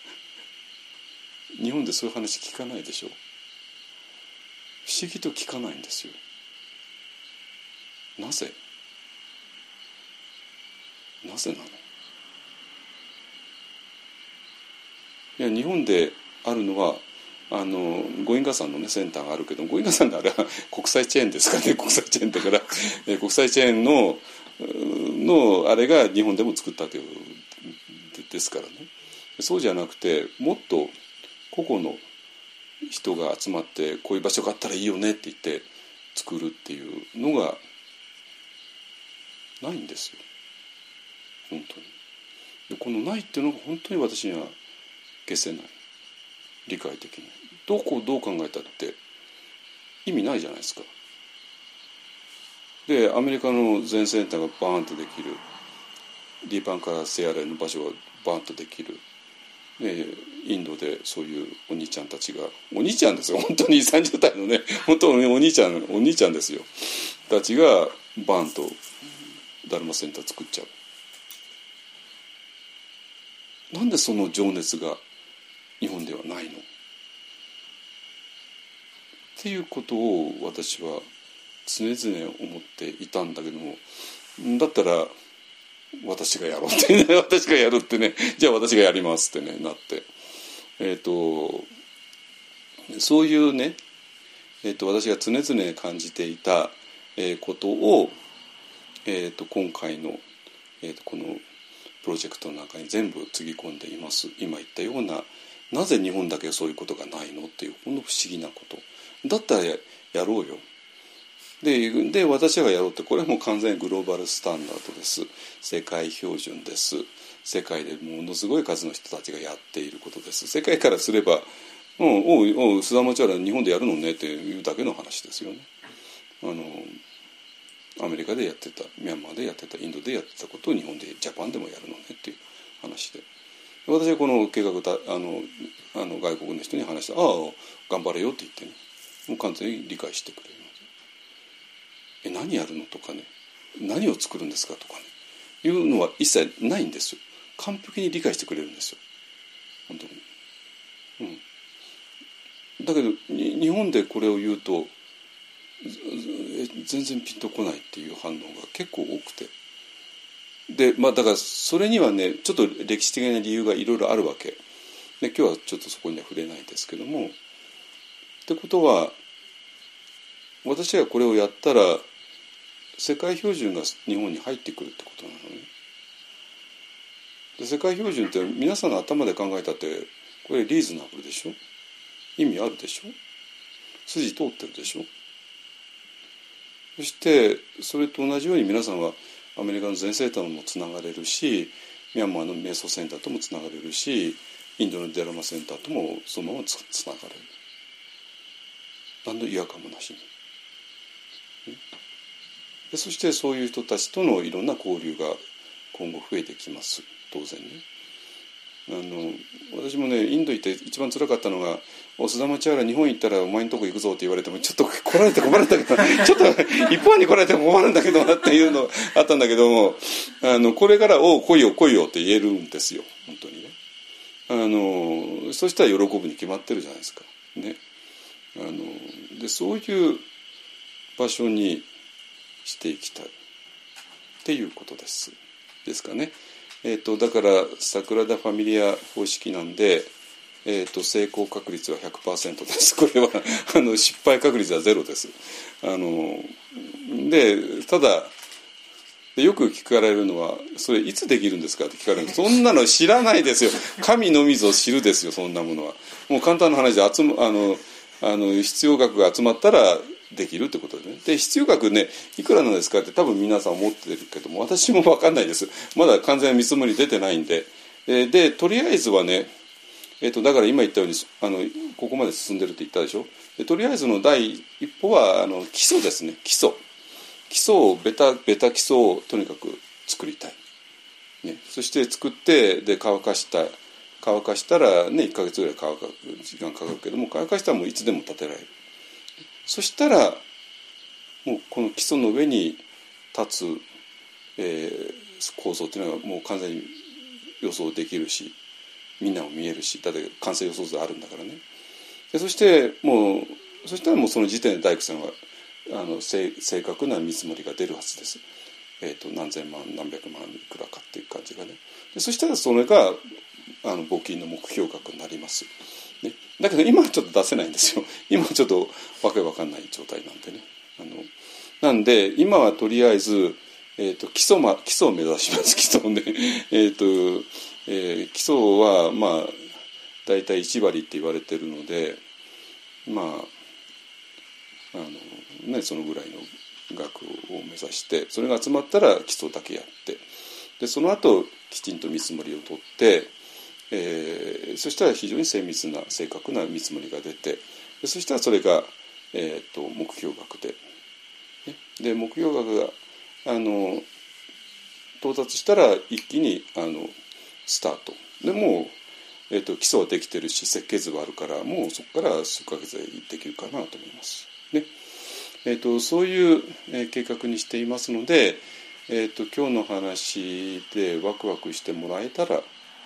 日本でそういう話聞かないでしょ。不思議と聞かないんですよ。なぜなの。いや日本であるのはゴインガさんの、ね、センターがあるけど、ゴインガさんのあれは国際チェーンですかね、国際チェーンだから国際チェーンのあれが日本でも作ったわけですからね。そうじゃなくてもっと個々の人が集まってこういう場所があったらいいよねって言って作るっていうのがないんですよ本当に。でこのないっていうのが本当に私には消せない、理解できない。どう考えたって意味ないじゃないですか。でアメリカの全センターがバーンとできる、ディーパンからセアレの場所がバーンとできる、インドでそういうお兄ちゃんたちが、お兄ちゃんですよ本当に30代のね本当にお兄ちゃんですよたちがバーンとダルマセンター作っちゃう。なんでその情熱が日本ではないのっていうことを私は常々思っていたんだけども、だったら私がやろうってね私がやるってね、じゃあ私がやりますってねなって、そういうね、私が常々感じていた、ことを、今回の、このプロジェクトの中に全部つぎ込んでいます。今言ったような、なぜ日本だけそういうことがないのっていうこの不思議なことだったら やろうよ。で私がやろうって、これはもう完全にグローバルスタンダードです。世界標準です。世界でものすごい数の人たちがやっていることです。世界からすればおう須田町原日本でやるのねっていうだけの話ですよね。アメリカでやってた、ミャンマーでやってた、インドでやってたことを日本でジャパンでもやるのねっていう話で、私はこの計画外国の人に話して、ああ頑張れよって言ってね、もう完全に理解してくれる。何やるのとかね、何を作るんですかとかねいうのは一切ないんですよ。完璧に理解してくれるんですよ本当に、だけど日本でこれを言うと全然ピンとこないっていう反応が結構多くて、でだからそれにはねちょっと歴史的な理由がいろいろあるわけで、今日はちょっとそこには触れないですけども、ってことは私がこれをやったら世界標準が日本に入ってくるってことなのね。で世界標準って皆さんの頭で考えたってこれリーズナブルでしょ、意味あるでしょ、筋通ってるでしょ。そしてそれと同じように皆さんはアメリカの全センターもつながれるし、ミャンマーの瞑想センターともつながれるし、インドのデラマセンターともそのままつながれる、何の違和感もなしに。でそしてそういう人たちとのいろんな交流が今後増えてきます、当然ね。私もねインド行って一番辛かったのが、須田町原日本行ったらお前のとこ行くぞって言われてもちょっと来られて困るんだけどちょっと一般に来られても困るんだけどなっていうのあったんだけども、これから来いよって言えるんですよ本当にね。そしたら喜ぶに決まってるじゃないですかね。でそういう場所にしていきたいっていうことですかね。だからサグラダ・ファミリア方式なんで、成功確率は 100% です。これは失敗確率はゼロです。でただよく聞かれるのは、それいつできるんですかって聞かれる。そんなの知らないですよ。神のみぞ知るですよ、そんなものは。もう簡単な話で必要額が集まったらできるってことでね。で必要額ねいくらなんですかって多分皆さん思ってるけども、私も分かんないです。まだ完全な見積もり出てないんで、でとりあえずはね、だから今言ったようにここまで進んでるって言ったでしょ。でとりあえずの第一歩は基礎ですね。基礎をベタ基礎をとにかく作りたい、ね、そして作ってで乾かしたらね1ヶ月ぐらい乾か時間かかるけども、乾かしたらもういつでも建てられる。そしたらもうこの基礎の上に立つ、構造っていうのがもう完全に予想できるし、みんなも見えるし、だって完成予想図あるんだからね。でそしたらもうその時点で大工さんは正確な見積もりが出るはずです。何千万何百万いくらかっていう感じがね。でそしたらそれが募金の目標額になります、ね。だけど今はちょっと出せないんですよ。今はちょっとわけわかんない状態なんでね。なんで今はとりあえず、基礎を目指します。基礎をね、基礎はまあだいたい1割って言われてるので、まあそのぐらいの額を目指して、それが集まったら基礎だけやって、でその後きちんと見積もりを取って、そしたら非常に精密な正確な見積もりが出て、でそしたらそれが、目標額で、ね、で目標額が到達したら一気にスタートでもう、基礎はできてるし設計図はあるから、もうそこから数ヶ月でできるかなと思いますね。そういう、計画にしていますので、今日の話でワクワクしてもらえたら、ね、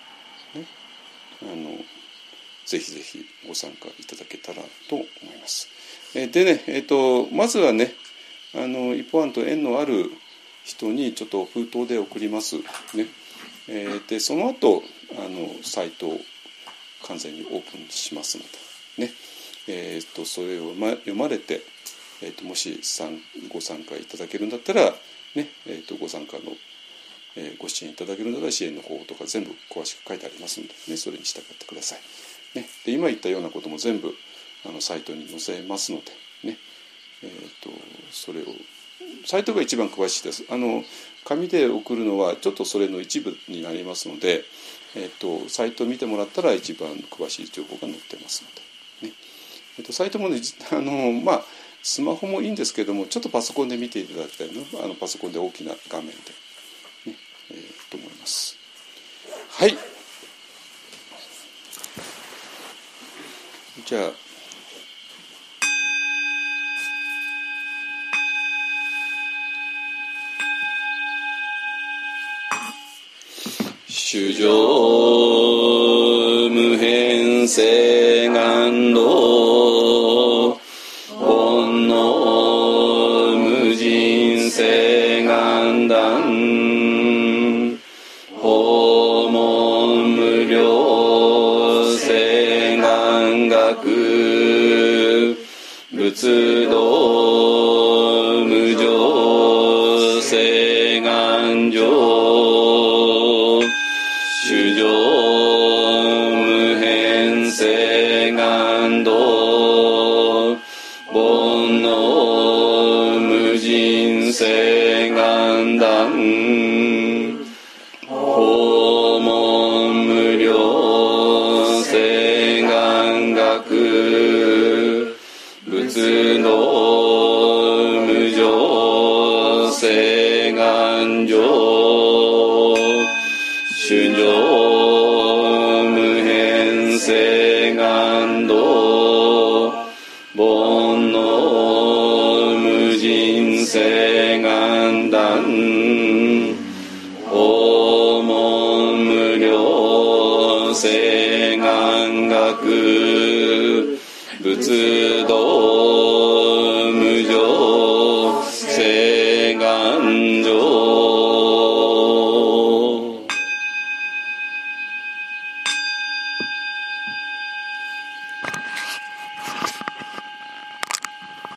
ぜひぜひご参加いただけたらと思います。でね、まずはね、一方案と縁のある人にちょっと封筒で送ります、ね。でその後サイトを完全にオープンしますので、ね、それを読まれて、もしご参加いただけるんだったら、ね、ご参加の、ご支援いただけるんだったら支援の方法とか全部詳しく書いてありますので、ね、それに従ってください、ね、で今言ったようなことも全部サイトに載せますので、ね、それをサイトが一番詳しいです。紙で送るのはちょっとそれの一部になりますので、サイトを見てもらったら一番詳しい情報が載ってますので、ね、サイトもねスマホもいいんですけども、ちょっとパソコンで見ていただきたいのパソコンで大きな画面で、ねと思います。はい、じゃあ主情無変性願道煩悩無人性願断訪問無量性願学仏道無常性願上主情無変性願道煩悩無人性願断訪問無量性願学仏道無常性願上主情無変性願道煩悩無人性願断訪問無量性願学仏道